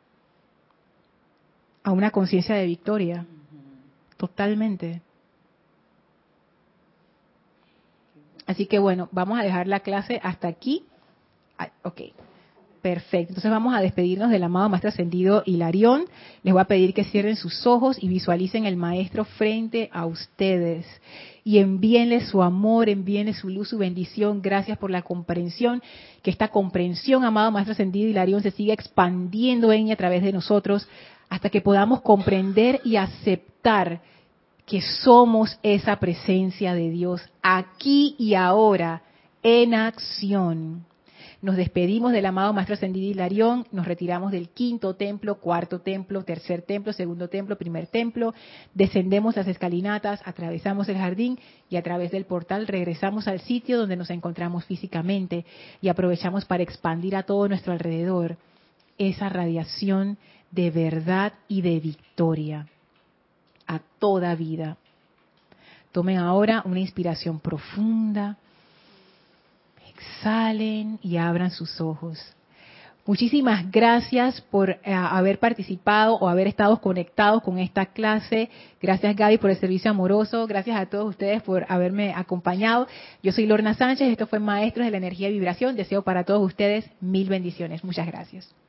a una conciencia de victoria, totalmente. Así que bueno, vamos a dejar la clase hasta aquí. Ok, perfecto. Entonces vamos a despedirnos del amado Maestro Ascendido Hilarión. Les voy a pedir que cierren sus ojos y visualicen el Maestro frente a ustedes. Y envíenle su amor, envíenle su luz, su bendición. Gracias por la comprensión. Que esta comprensión, amado Maestro Ascendido Hilarión, se siga expandiendo en y a través de nosotros hasta que podamos comprender y aceptar que somos esa presencia de Dios aquí y ahora en acción. Nos despedimos del amado Maestro Ascendido Hilarión, nos retiramos del quinto templo, cuarto templo, tercer templo, segundo templo, primer templo, descendemos las escalinatas, atravesamos el jardín y a través del portal regresamos al sitio donde nos encontramos físicamente y aprovechamos para expandir a todo nuestro alrededor esa radiación de verdad y de victoria a toda vida. Tomen ahora una inspiración profunda. Exhalen y abran sus ojos. Muchísimas gracias por haber participado o haber estado conectados con esta clase. Gracias, Gaby, por el servicio amoroso. Gracias a todos ustedes por haberme acompañado. Yo soy Lorna Sánchez. Esto fue Maestros de la Energía y Vibración. Deseo para todos ustedes 1000 bendiciones. Muchas gracias.